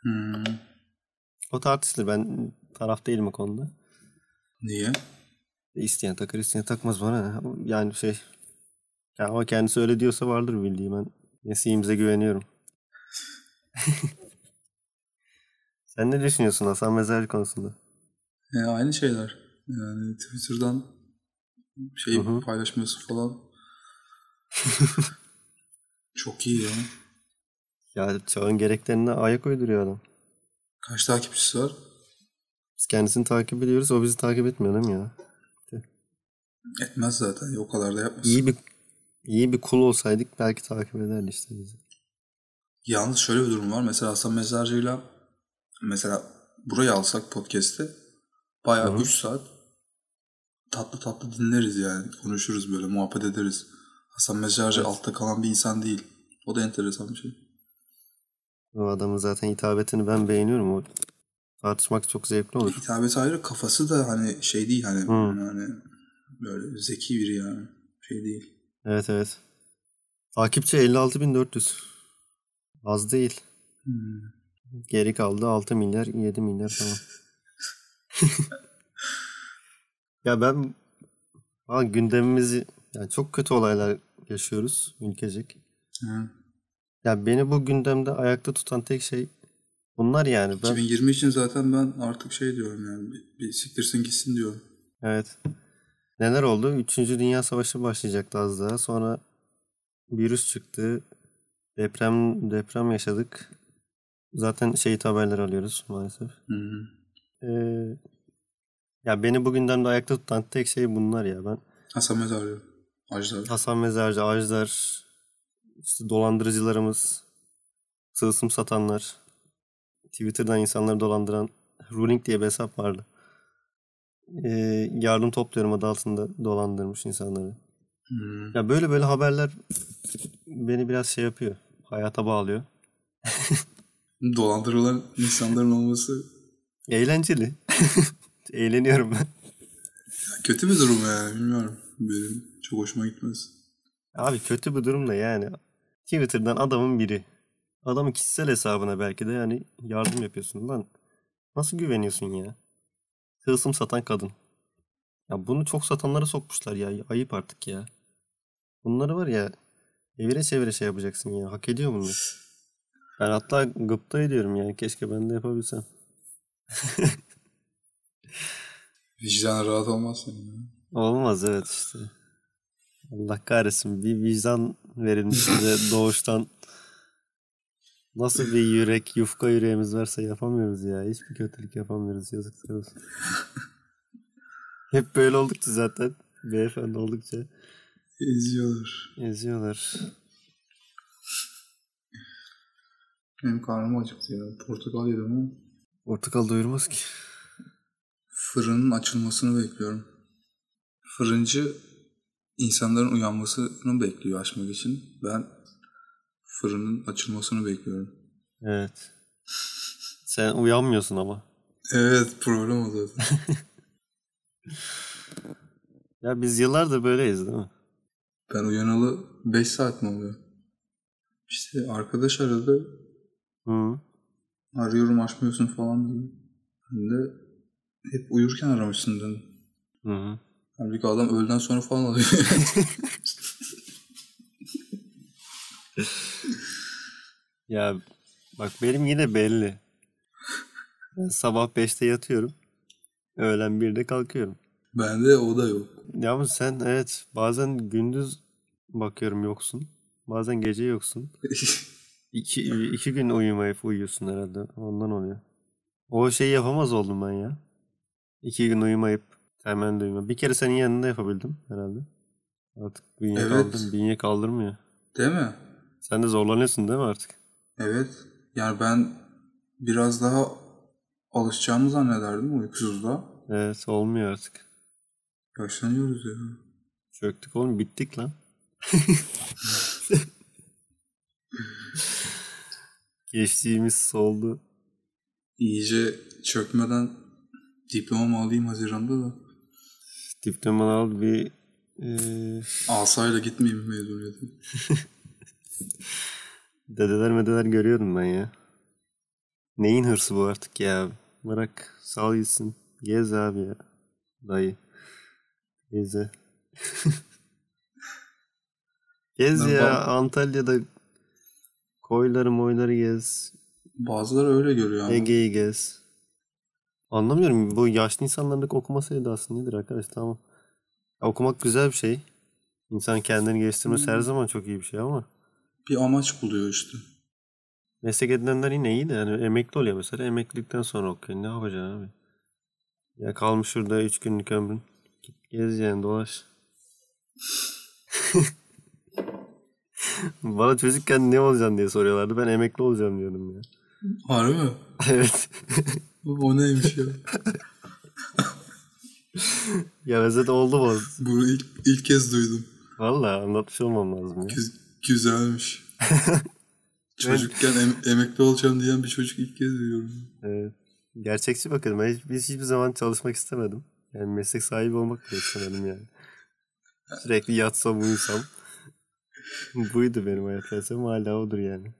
O tartışılır. Ben taraf değilim o konuda. Niye? İsteyen takar, isteyen takmaz bana. Yani yani ama kendisi öyle diyorsa vardır bildiğim. Ben Mesih'imize güveniyorum. Sen ne düşünüyorsun Hasan Mezarcı konusunda? Aynı şeyler. Yani Twitter'dan paylaşması falan çok iyi ya. Ya çağın gereklerine ayak uyduruyor adam. Kaç takipçisi var? Biz kendisini takip ediyoruz. O bizi takip etmiyor değil mi ya? Etmez zaten. O kadar da yapmasın. İyi bir kul olsaydık belki takip ederdi işte bizi. Yalnız şöyle bir durum var. Mesela Hasan Mezarcı'yla mesela burayı alsak podcast'te bayağı 3 saat tatlı tatlı dinleriz yani. Konuşuruz böyle, muhabbet ederiz. Hasan Mezarcı altta kalan bir insan değil. O da enteresan bir şey. O adamın zaten hitabetini ben beğeniyorum. O tartışmak çok zevkli olur. Hitabet ayrı, kafası da hani şey değil hani böyle zeki biri yani. Şey değil. Evet. Takipçi 56.400. Az değil. Geri kaldı 6 milyar, 7 milyar falan. Ya gündemimizi, yani çok kötü olaylar yaşıyoruz ülkecek. Ya beni bu gündemde ayakta tutan tek şey bunlar yani. 2020 için zaten ben artık şey diyorum yani bir siktirsin gitsin diyorum. Evet. Neler oldu? 3. Dünya Savaşı başlayacaktı az daha. Sonra virüs çıktı. Deprem yaşadık. Zaten şehit haberleri alıyoruz maalesef. Ya beni bu gündemde ayakta tutan tek şey bunlar ya. Ben Hasan Mezarcı, Ajdar. Hasan Mezarcı, Ajdar, işte dolandırıcılarımız, tılsım satanlar, Twitter'dan insanları dolandıran Ruling diye bir hesap vardı. Yardım topluyorum adı altında dolandırmış insanları. Ya böyle haberler beni biraz şey yapıyor. Hayata bağlıyor. Dolandırılan insanların olması Eğlenceli. Eğleniyorum ben. kötü bir durum yani bilmiyorum. Benim çok hoşuma gitmez. Abi kötü bir durum da yani. Twitter'dan adamın biri. Adamın kişisel hesabına belki de yani yardım yapıyorsun lan. Nasıl güveniyorsun ya? Tılsım satan kadın. Ya bunu çok satanlara sokmuşlar ya. Ayıp artık ya. Bunları var ya evire çevire şey yapacaksın ya. Hak ediyor bunlar. Ben hatta gıpta ediyorum yani. Keşke ben de yapabilsem. Vicdan rahat olmaz senin ya. Olmaz evet işte. Allah kahretsin. Bir vicdan verilmiş bize doğuştan. Nasıl bir yürek, yufka yüreğimiz varsa yapamıyoruz ya. Hiçbir kötülük yapamıyoruz. Yazıklar olsun. Hep böyle oldukça zaten. Beyefendi oldukça eziyorlar. Benim karnım acıktı ya. Portakal yedim ama. Portakal doyurmaz ki. Fırının açılmasını bekliyorum. Fırıncı insanların uyanmasını bekliyor açmak için. Ben fırının açılmasını bekliyorum. Evet. Sen uyanmıyorsun ama. Evet, problem o zaten. Ya biz yıllardır böyleyiz değil mi? Ben uyanalı 5 saat mi oluyor? İşte arkadaş aradı. Arıyorum açmıyorsun falan diye. Ben de hep uyurken aramışsın dedim. Hı. Halbuki adam öğleden sonra falan alıyor. Ya bak benim yine belli. Ben sabah 5'te yatıyorum. Öğlen 1'de kalkıyorum. Bende o da yok. Ya ama sen evet bazen gündüz bakıyorum yoksun. Bazen gece yoksun. İki gün uyumayıp uyuyorsun herhalde. Ondan oluyor. O şeyi yapamaz oldum ben ya. 2 gün uyumayıp hemen de uyuma. Bir kere senin yanında yapabildim herhalde. Artık Evet. bünye kaldırmıyor. Değil mi? Sen de zorlanıyorsun değil mi artık? Evet. Yani ben biraz daha alışacağımı zannederdim uykusuzluğa. Evet olmuyor artık. Yaşlanıyoruz ya. Çöktük oğlum bittik lan. Geçtiğimiz soldu. İyice çökmeden diplomamı alayım Haziran'da da. Diplomanı al bir eee, Asayla gitmeyeyim mezuniyete. dedeler medeler görüyorum ben ya. Neyin hırsı bu artık ya? Bırak sal gitsin. Gez abi ya. Dayı. Geze. Gez Ben ya Antalya'da koyları moyları gez. bazıları öyle görüyor ama. Ege'yi gez. Anlamıyorum bu yaşlı insanlardaki okuma sevdası nedir arkadaş tamam. Ya, okumak güzel bir şey. İnsan kendini geliştirmesi her zaman çok iyi bir şey ama Bir amaç buluyor işte. meslek edinenler yine iyi de yani emekli oluyor mesela emeklilikten sonra okuyor. Ne yapacaksın abi? Ya kalmış şurada 3 günlük ömrün. Git gez yani dolaş. Bana çocukken ne olacaksın diye soruyorlardı. Ben emekli olacağım diyordum ya. Harbi mi? Evet. O neymiş ya? Ya zaten oldu mu? Bunu ilk kez duydum. Valla anlatmış olmam lazım ya. Güzelmiş. Çocukken emekli olacağım diyen bir çocuk ilk kez duyuyorum. Evet. Gerçekçi bakıyorum. Biz hiçbir zaman çalışmak istemedim. Yani meslek sahibi olmak da istemedim yani. Sürekli yatsam uyusam. Buydu benim hayat felsefem hala odur yani.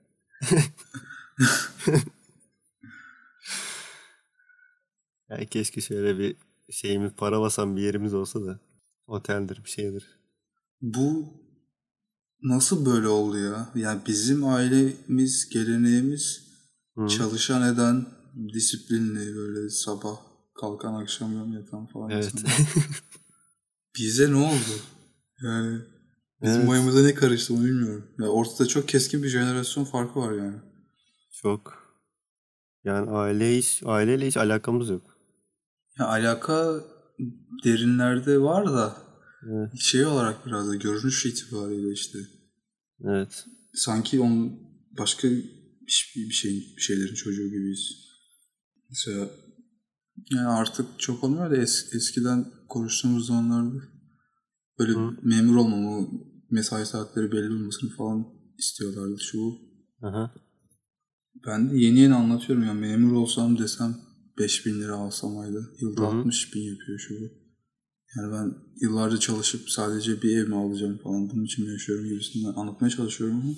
Yani keşke şöyle bir şeyimiz para basan bir yerimiz olsa da oteldir bir şeydir. Bu nasıl böyle oldu ya? Yani bizim ailemiz, geleneğimiz Hı. çalışan eden, disiplinli böyle sabah kalkan akşam yatan falan Evet. insanlar. Bize ne oldu? Yani bizim Evet. boyumuza ne karıştı onu bilmiyorum. Ya ortada çok keskin bir jenerasyon farkı var yani. Çok. Yani aileyle hiç alakamız yok. Ya alaka derinlerde var da Evet. şey olarak biraz da görünüş itibariyle işte Evet. sanki onun başka bir şeylerin çocuğu gibiyiz. Mesela yani artık çok olmuyor da eskiden konuştuğumuz zamanlarda böyle Hı. memur olmamı, mesai saatleri belli olmasını falan istiyorlardı şu bu. Aha. Ben de yeni anlatıyorum ya memur olsam desem 5.000 lira alsam ayda. Hı Yılda hı. 60.000 yapıyor şu bu. Yani ben yıllarca çalışıp sadece bir ev mi alacağım falan bunun için mi yaşıyorum gibisinden anlatmaya çalışıyorum ama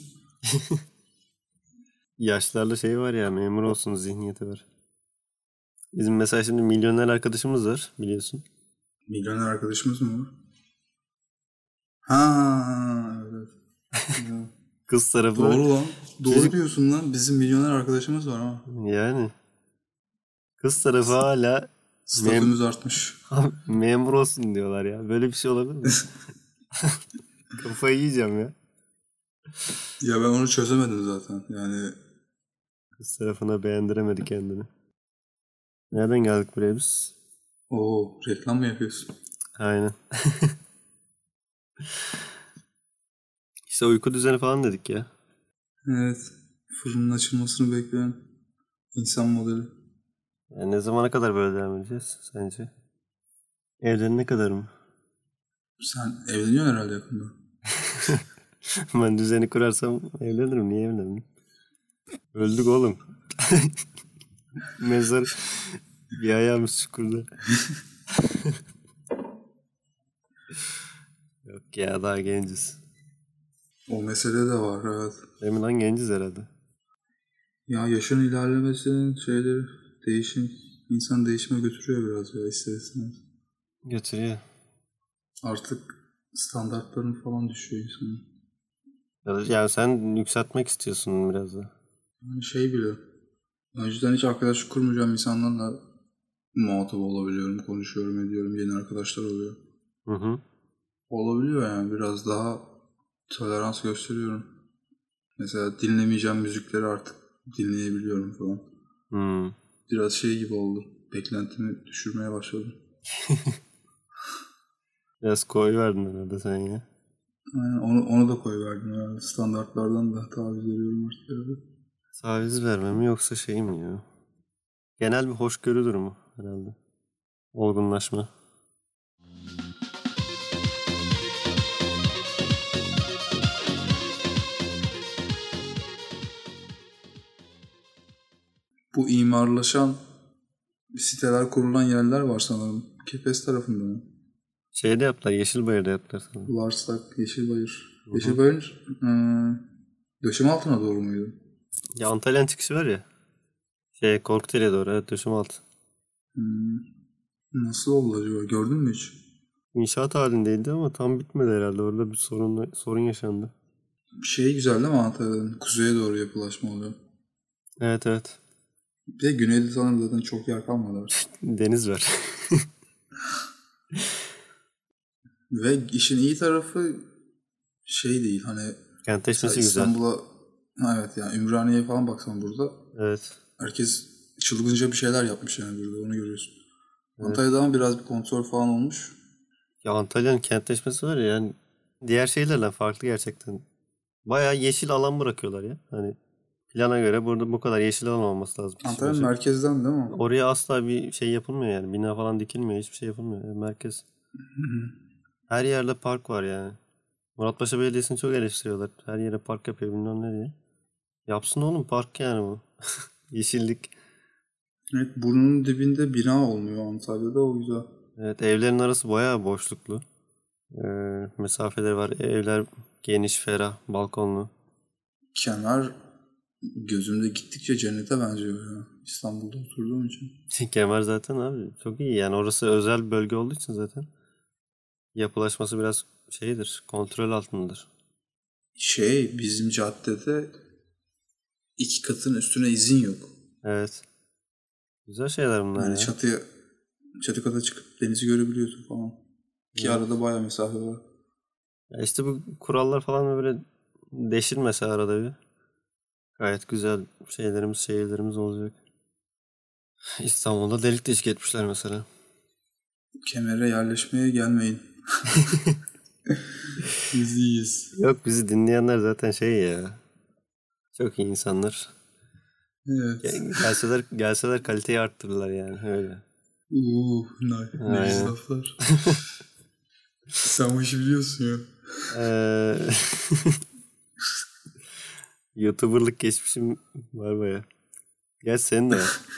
Yaşlarda şey var ya memur olsun zihniyeti var. Bizim mesela şimdi milyoner arkadaşımız var biliyorsun. milyoner arkadaşımız mı var? Ha evet. Ya, Kız tarafı doğru lan. Doğru çocuk diyorsun lan. Bizim milyoner arkadaşımız var ha. yani kız tarafı hala Statümüz artmış. memur olsun diyorlar ya. Böyle bir şey olabilir mi? Kafayı yiyeceğim ya. Ya ben onu çözemedim zaten. Yani Kız tarafına beğendiremedi kendini. Nereden geldik buraya biz? o reklam mı yapıyorsun? Aynen. İşte uyku düzeni falan dedik ya. Evet. Fırının açılmasını bekleyen insan modeli. Yani ne zamana kadar böyle devam edeceğiz sence? Evlenene kadar mı? Sen evleniyorsun herhalde yakında. Ben düzeni kurarsam evlenirim. Niye evlenmeyeyim? Öldük oğlum. Mezar bir ayağımız çukurda. Yok ya daha genciz. O mesele de var evet. Demin lan genciz herhalde. Ya yaşın ilerlemesinin şeyleri, değişim, insan değişime götürüyor biraz ya ister istemez. Götürüyor. Artık standartların falan düşüyor insanın. Yani sen yükseltmek istiyorsun biraz da. Yani şey bile, önceden hiç arkadaşlık kurmayacağım insanlarla muhatap olabiliyorum, konuşuyorum, ediyorum, yeni arkadaşlar oluyor. Hı hı. Olabiliyor yani, biraz daha tolerans gösteriyorum. Mesela dinlemeyeceğim müzikleri artık dinleyebiliyorum falan. Hmm. Biraz şey gibi oldu. Beklentimi düşürmeye başladım. Biraz koyu verdin herhalde sen ya. Aynen, onu da koyuverdim herhalde. Standartlardan da taviz veriyorum artık herhalde. Taviz verme mi yoksa şey mi ya? Genel bir hoşgörü durumu herhalde. Olgunlaşma. Bu imarlaşan siteler kurulan yerler var sanırım. Kepez tarafında mı? Şeyde yaptılar, Yeşilbayır'da yaptılar sanırım. Varsak, Yeşilbayır. Hı hı. Yeşilbayır döşeme altına doğru muydu? Ya Antalya'nın çıkışı var ya. Korkuteli'ye doğru, evet, Döşemealtı. Hmm, Nasıl oldu acaba? Gördün mü hiç? İnşaat halindeydi ama tam bitmedi herhalde. Orada bir sorun yaşandı. Şey güzel değil mi Antalya'nın? Kuzeye doğru yapılaşma oluyor. Evet, evet. Bir de güneyde sanırım zaten çok yer kalmadı artık. Deniz var. Ve işin iyi tarafı şey değil hani mesela Kentleşmesi güzel. İstanbul'a evet yani Ümraniye'ye falan baksan burada Evet. herkes çılgınca bir şeyler yapmış yani burada onu görüyorsun. Evet. Antalya'da ama biraz bir kontrol falan olmuş. Ya Antalya'nın kentleşmesi var ya, yani diğer şehirlerden farklı gerçekten. Bayağı yeşil alan bırakıyorlar ya. Hani plana göre burada bu kadar yeşil alan olması lazım kişi Antalya başı. merkezden değil mi? Oraya asla bir şey yapılmıyor yani. Bina falan dikilmiyor. Hiçbir şey yapılmıyor. Yani merkez. Her yerde park var yani. Muratpaşa Belediyesi'ni çok eleştiriyorlar. Her yere park yapıyor bilmem ne diye. Yapsın oğlum, park yani bu. Yeşillik. Evet, burnunun dibinde bina olmuyor Antalya'da o güzel. Evet, evlerin arası bayağı boşluklu. Mesafeleri var. Evler geniş, ferah, balkonlu. Kemer gözümde gittikçe cennete benziyor ya. İstanbul'da oturduğum için. Kemer zaten abi çok iyi. Yani orası özel bölge olduğu için zaten yapılaşması biraz şeydir, kontrol altındadır. Şey bizim caddede 2 katın üstüne izin yok. Evet. Güzel şeyler bunlar Yani ya. çatı kata çıkıp denizi görebiliyorsun falan. Ki Evet. arada bayağı mesafe var. Ya işte bu kurallar falan böyle deşilmese arada bir. Gayet güzel şehirlerimiz olacak. İstanbul'da delik deşik etmişler mesela. Kemere yerleşmeye gelmeyin. Biz iyiyiz. Yok, bizi dinleyenler zaten ya. Çok iyi insanlar. Evet. Gelseler kaliteyi arttırırlar yani öyle. Neciz Aynen. laflar. Sen bu işi biliyorsun ya. Eee, YouTuber'lık geçmişim var baya. Gerçi senin de var.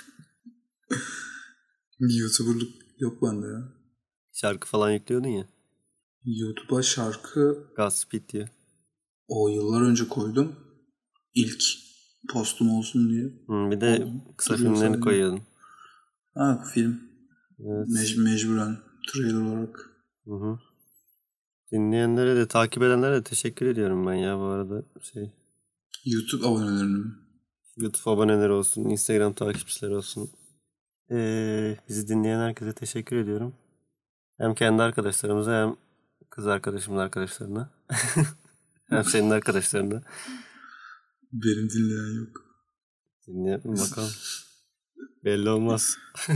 YouTuber'lık yok bende ya. Şarkı falan yüklüyordun ya. YouTube'a şarkı Godspeed diye. o yıllar önce koydum. İlk postum olsun diye. Bir O de kısa duruyor filmlerini sadece. koyuyordun. Ha film. Evet. Mecburen trailer olarak. Hı hı. Dinleyenlere de takip edenlere de teşekkür ediyorum ben ya bu arada. YouTube abonelerini. YouTube aboneleri olsun, Instagram takipçileri olsun. Bizi dinleyen herkese teşekkür ediyorum. Hem kendi arkadaşlarımıza hem kız arkadaşımın arkadaşlarına. Hem senin arkadaşlarına. Benim dinleyen yok. Dinleyelim bakalım. Belli olmaz.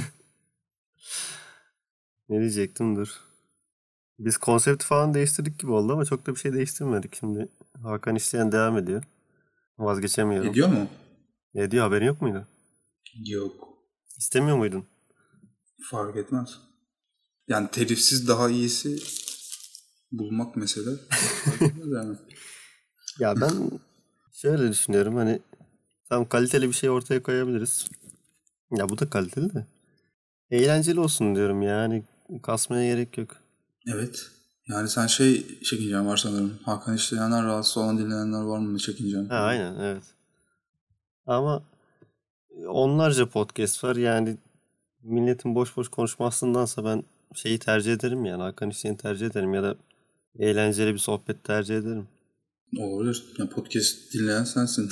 Ne diyecektim, dur. Biz konsepti falan değiştirdik gibi oldu ama çok da bir şey değiştirmedik. Şimdi Hakan İşleyen devam ediyor. Vazgeçemiyorum. Ediyor mu? Ne diyor, haberin yok muydu? Yok. İstemiyor muydun? Fark etmez. Yani telifsiz daha iyisi bulmak mesele. Fark etmez yani. Ya ben şöyle düşünüyorum, hani tam kaliteli bir şey ortaya koyabiliriz. Ya bu da kaliteli de. Eğlenceli olsun diyorum yani. Kasmaya gerek yok. Evet. Yani sen şey çekincen var sanırım. Hakan işleyenler rahatsız olan dinleyenler var mı çekincen Ha, falan. aynen, evet. Ama Onlarca podcast var. Yani milletin boş boş konuşmasındansa ben şeyi tercih ederim yani. Hakan Hüseyin'i tercih ederim ya da eğlenceli bir sohbet tercih ederim. Olabilir. Yani podcast dinleyen sensin.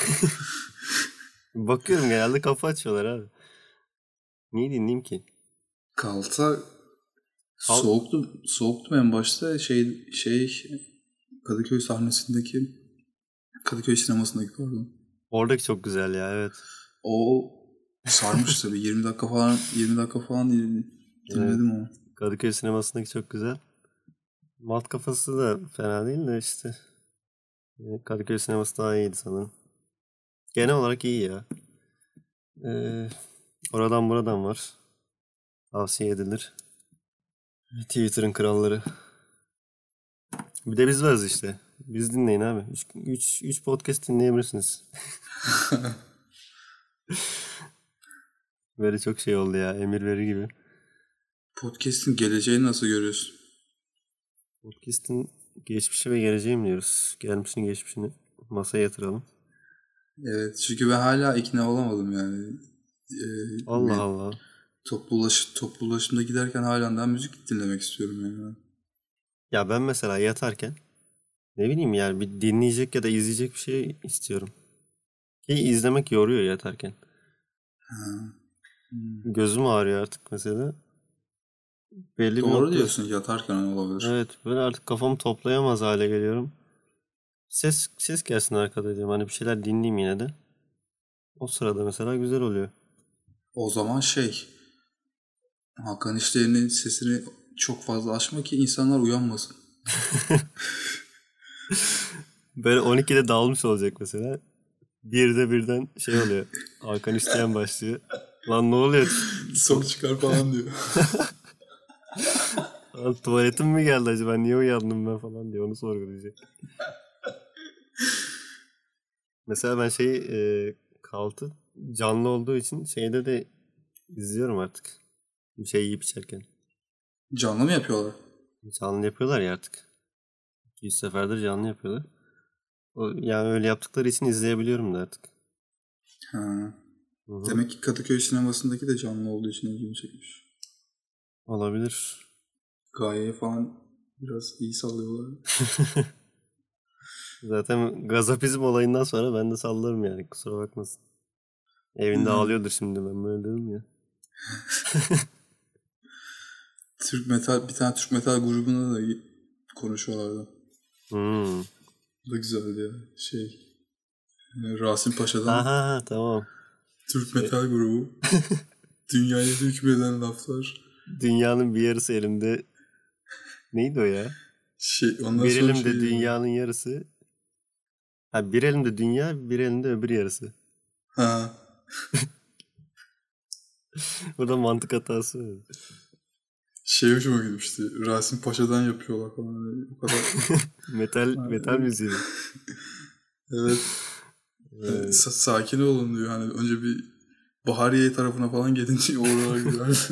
Bakıyorum genelde kafa açıyorlar abi. Niye dinleyeyim ki? Kalta soğuktum en başta Kadıköy sahnesindeki Kadıköy sinemasındaki pardon. Oradaki çok güzel ya, evet. O sarmış tabii 20 dakika falan dinledim onu. Kadıköy sinemasındaki çok güzel. Malt kafası da fena değil de işte. Kadıköy sineması daha iyiydi sanırım. Genel olarak iyi ya. Oradan buradan var. Tavsiye edilir. Twitter'ın kralları. Bir de biz varız işte. Biz dinleyin abi. 3 podcast dinleyebilirsiniz. Böyle çok şey oldu ya. Emir veri gibi. Podcast'in geleceğini nasıl görüyorsun? Podcast'in geçmişi ve geleceği mi diyoruz? Gelmişini geçmişini masaya yatıralım. Evet, çünkü ben hala ikna olamadım yani. Allah Allah. Toplu ulaşımda giderken halen daha müzik dinlemek istiyorum yani. Ya ben mesela yatarken ne bileyim yani bir dinleyecek ya da izleyecek bir şey istiyorum. Ki izlemek yoruyor yatarken. Gözüm ağrıyor artık mesela. Belli bir Doğru nokta. diyorsun, yatarken olabilir. Evet, böyle artık kafamı toplayamaz hale geliyorum. Ses gelsin arkada diyorum. Hani bir şeyler dinleyeyim yine de. O sırada mesela güzel oluyor. O zaman Hakan İşler'in sesini çok fazla açma ki insanlar uyanmasın. Böyle 12'de dağılmış olacak mesela. Bir de birden şey oluyor. Hakan İsteyen başlıyor. Lan ne oluyor? Son çıkar falan diyor. Lan tuvaletim mi geldi acaba? Niye uyandım ben falan diye onu sorgulayacak. Mesela ben Kalt'ı canlı olduğu için şeyde de izliyorum artık. Bir şey yiyip içerken. Canlı mı yapıyorlar? Canlı yapıyorlar ya artık. 100 seferdir canlı yapıyorlar. Yani öyle yaptıkları için izleyebiliyorum da artık. Ha. Hı-hı. Demek ki Kadıköy sinemasındaki de canlı olduğu için ilgimi çekmiş. Olabilir. Gaye'ye falan biraz iyi sallıyorlar. Zaten gazapizm olayından sonra ben de sallarım yani, kusura bakmasın. Evinde ağlıyordur şimdi, ben böyle dedim ya. Bir tane Türk metal grubunda da konuşuyorlardı. Bu da güzeldi ya. Rasim Paşa'dan Aha, tamam. Türk metal grubu. Dünyaya hükmeden laflar. Dünyanın bir yarısı elimde. Neydi o ya? Bir elimde dünyanın yarısı. Ha, bir elimde dünya, bir elimde öbür yarısı. Ha. Burada mantık hatası var. Hoşuma gitmişti. Rasim Paşa'dan yapıyorlar falan. O kadar. metal müziği. Evet. Sakin olun diyor. Hani önce bir Bahariye tarafına falan gelince oralara gider.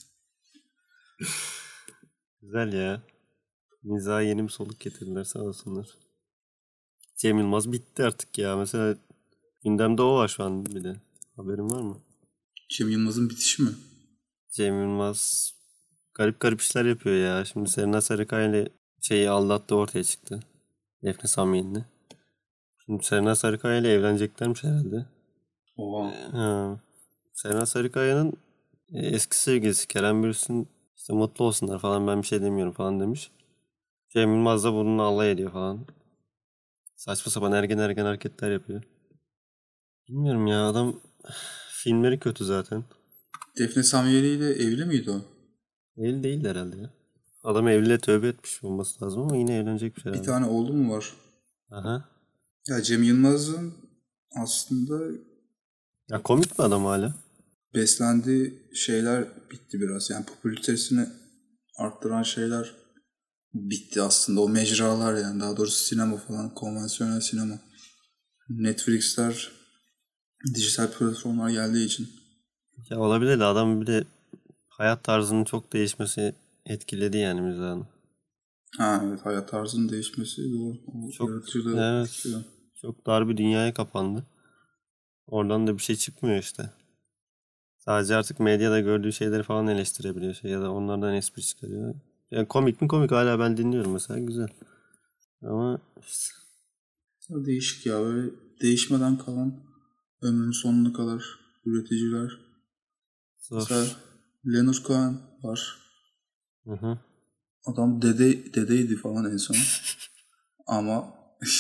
Güzel ya. Mizaha yeni bir soluk getirdiler, sağ olsunlar. Cem Yılmaz bitti artık ya. Mesela gündemde o var şu an bir de. Haberin var mı? Cem Yılmaz'ın bitişi mi? Cem Yılmaz garip garip işler yapıyor ya. Şimdi Serenay Sarıkaya ile aldattı ortaya çıktı. Defne Samyeli'ni. Şimdi Serenay Sarıkaya ile evleneceklermiş herhalde. Oha. Serenay Sarıkaya'nın eski sevgilisi Kerem Bürsin işte mutlu olsunlar falan, ben bir şey demiyorum falan demiş. Cem Yılmaz da bununla alay ediyor falan. Saçma sapan ergen hareketler yapıyor. Bilmiyorum ya, adam filmleri kötü zaten. Defne Samyeli ile evli miydi o? Evli değil herhalde ya. Adam evliliğe tövbe etmiş olması lazım ama yine evlenecekmiş herhalde. Bir tane oğlu mu var? Aha. Ya Cem Yılmaz'ın aslında Ya komik bir adam hala. beslendiği şeyler bitti biraz. Yani popülaritesini arttıran şeyler bitti aslında. O mecralar yani. Daha doğrusu sinema falan. Konvansiyonel sinema. Netflix'ler, dijital platformlar geldiği için. Ya olabilir de adam bir de hayat tarzının çok değişmesi etkiledi yani mizahını. Ha evet, hayat tarzının değişmesi doğru. O Çok, yaratıcılığı evet, etkiliyor. çok dar bir dünyaya kapandı. Oradan da bir şey çıkmıyor işte. Sadece artık medyada gördüğü şeyleri falan eleştirebiliyor ya da onlardan espri çıkarıyor. Yani komik mi komik, hala ben dinliyorum mesela, güzel. Ama işte Değişik ya, böyle değişmeden kalan ömrünün sonuna kadar üreticiler. Mesela zor. Leonard Cohen var. Hı hı. Adam dedeydi falan en son. Ama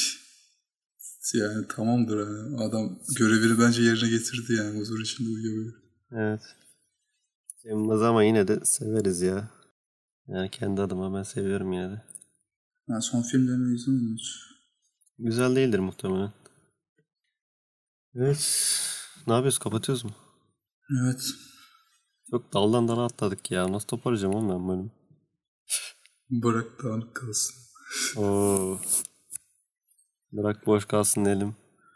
yani tamamdır yani. Adam görevini bence yerine getirdi yani. Huzur içinde uyuyabilir. Evet. Cem Yılmaz ama yine de severiz ya. Yani kendi adıma ben seviyorum yine de. Yani son filmlerini izlemedim hiç. Güzel değildir muhtemelen. Evet. Ne yapıyoruz? Kapatıyoruz mu? Evet. Çok daldan dala atladık ya. Nasıl toparlayacağım oğlum ben bölümü? Bırak dağınık kalsın. Oo. Bırak boş kalsın elim.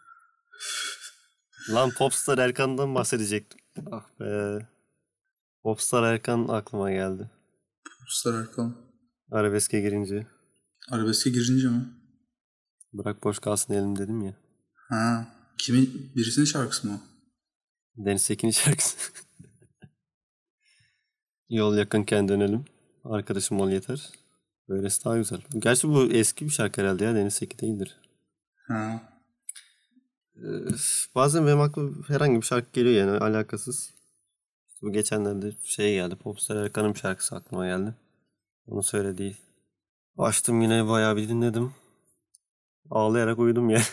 Lan Popstar Erkan'dan bahsedecektim. Ah be. Popstar Erkan aklıma geldi. Usta Erkan. Arabeske girince. Arabeske girince mi? Bırak boş kalsın elim dedim ya. Ha. Birisinin şarkısı mı o? Deniz Sekin'in şarkısı. Yol yakınken dönelim. Arkadaşım ol yeter. Böylesi daha güzel. Gerçi bu eski bir şarkı herhalde ya. Deniz Seki değildir. Ha. Bazen benim aklıma herhangi bir şarkı geliyor yani alakasız. İşte bu geçenlerde şey geldi. Popstar Erkan'ın bir şarkısı aklıma geldi. Onu söylediği. Açtım yine bayağı bir dinledim. Ağlayarak uyudum ya.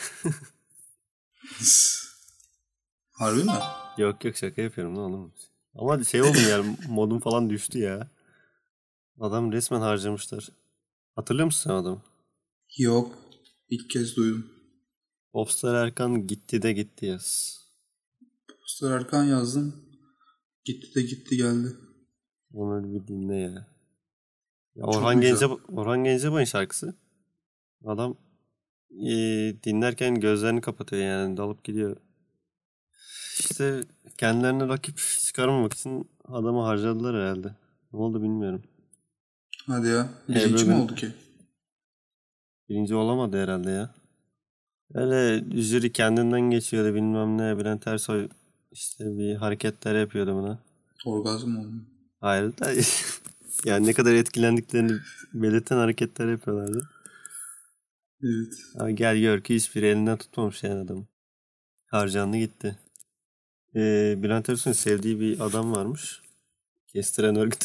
Harbi mi? Yok yok, şaka yapıyorum ne oğlum. Ama şey oldum yani, modum falan düştü ya. Adam resmen harcamışlar. Hatırlıyor musun sen adamı? Yok. İlk kez duydum. Popstar Erkan gitti de gitti yaz. Usta Erkan yazdım. Gitti de gitti geldi. Onu bir dinle ya. Ya Çok mu güzel? Orhan Gencebay'ın şarkısı. Adam dinlerken gözlerini kapatıyor yani, dalıp gidiyor. İşte kendilerine rakip çıkarmamak için adamı harcadılar herhalde. Ne oldu bilmiyorum. Hadi ya. Ebru Birinci mi Gün oldu ki? birinci olamadı herhalde ya. Öyle jüri kendinden geçiyordu bilmem ne. Bülent Ersoy işte bir hareketler yapıyordu buna. Orgazm oldu. Hayır da yani ne kadar etkilendiklerini belirten hareketler yapıyorlardı. Evet. Ama gel gör ki hiçbiri elinden tutmamış yani adam. Harcandı gitti. Bülent Ersoy'un sevdiği bir adam varmış. Kestiren örgüt.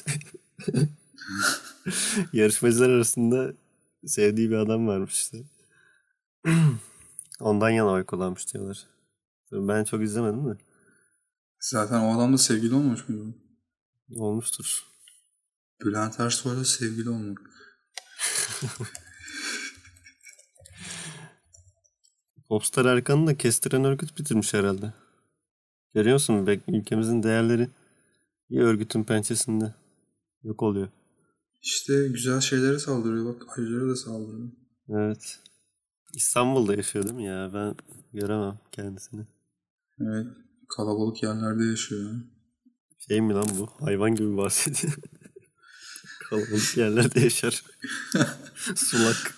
Yarışmacılar arasında sevdiği bir adam varmış işte. Ondan yana oy kullanmış diyorlar. Ben çok izlemedim de. Zaten o adamla sevgili olmuş muydu? Olmuştur. Bülent Ersoy'la sevgili olmak. Popstar Erkan'ı da kestiren örgüt bitirmiş herhalde. Görüyor musun? Ülkemizin değerleri bir örgütün pençesinde yok oluyor. İşte güzel şeylere saldırıyor. Bak acılara da saldırıyor. Evet. İstanbul'da yaşıyor değil mi ya? Ben göremem kendisini. Evet. Kalabalık yerlerde yaşıyor. Yani. Şey mi lan bu? Hayvan gibi bahsediyor. Kalabalık yerlerde yaşar. Sulak.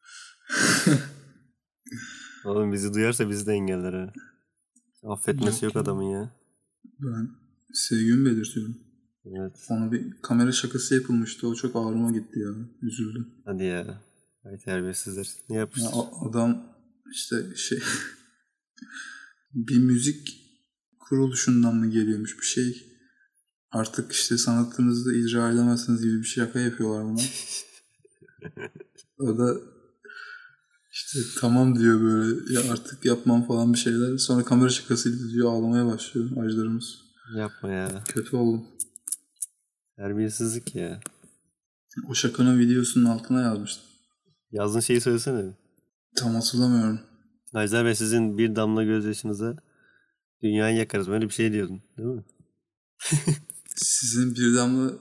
Oğlum bizi duyarsa bizi de engeller ha. Affetmesi yok Yok ya. adamın ya. Ben sevgimi belirtiyorum. Evet. Ona bir kamera şakası yapılmıştı. O çok ağrıma gitti ya. Üzüldüm. Hadi ya. Ay terbiyesizler. Ne Ya yapmıştır? adam işte bir müzik kuruluşundan mı geliyormuş bir şey. Artık işte sanatınızı icra edemezsiniz gibi bir şaka yapıyorlar buna. O da işte tamam diyor böyle ya artık yapmam falan bir şeyler. Sonra kamera şakasıyla diyor ağlamaya başlıyor acılarımız. Yapma ya. Kötü oldum. Terbiyesizlik ya. O şakanın videosunun altına yazmıştım. Yazdığın şeyi söylesene. Tam hatırlamıyorum. Ajdar Bey, sizin bir damla gözyaşınıza dünyayı yakarız. Böyle bir şey diyordun değil mi? Sizin bir damla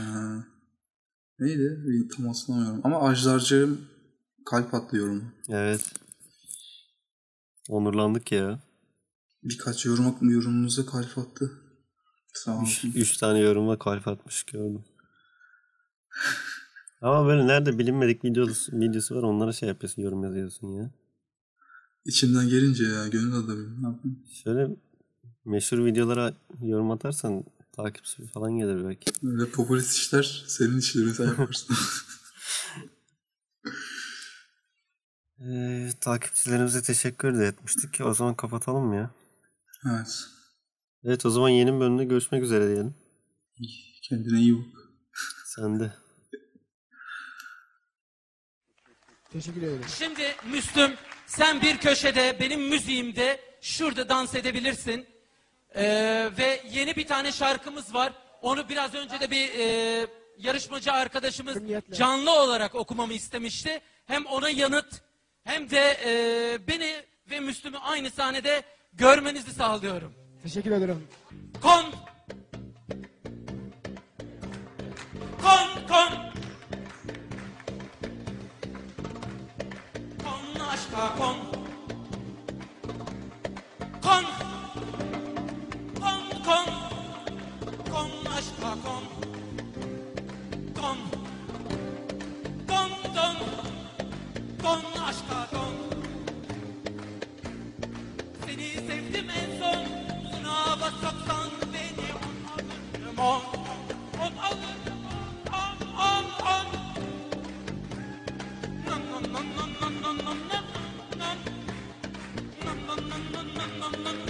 neydi? Tam hatırlamıyorum. Ama Ajdar'cığım kalp atlıyorum. Evet. Onurlandık ya. Birkaç yorumunuza kalp attı. Sağ olsun. Üç tane yoruma kalp atmış gördüm. Ama böyle nerede bilinmedik videosu var, onlara şey yapıyorsun, yorum yazıyorsun ya. İçimden gelince ya gönül adamıyım. Ne yapayım? Şöyle meşhur videolara yorum atarsan takipçi falan gelir belki. Öyle popülist işler senin işlerin, sen yaparsın. Takipçilerimize teşekkür de etmiştik. O zaman kapatalım mı ya? Evet. Evet, o zaman yeni bölümde görüşmek üzere diyelim. Kendine iyi bak. Sen de. Teşekkür ederim. Şimdi Müslüm, sen bir köşede benim müziğimde şurada dans edebilirsin. Ve yeni bir tane şarkımız var. Onu biraz önce de bir yarışmacı arkadaşımız Niyetle. canlı olarak okumamı istemişti. Hem ona yanıt hem de beni ve Müslüm'ü aynı sahnede görmenizi sağlıyorum. Teşekkür ederim. Kon! Kon! Kon! Kon aşka kon! Kon! Kon! Kon! Kon aşka kon! Kon! Kon! Kon! Kon aşka kon! Seni sevdim en son, sınava soksan beni on alırım on. On alırım on. Nan nan nan nan nan nan nan nan. Nan nan nan nan nan nan nan.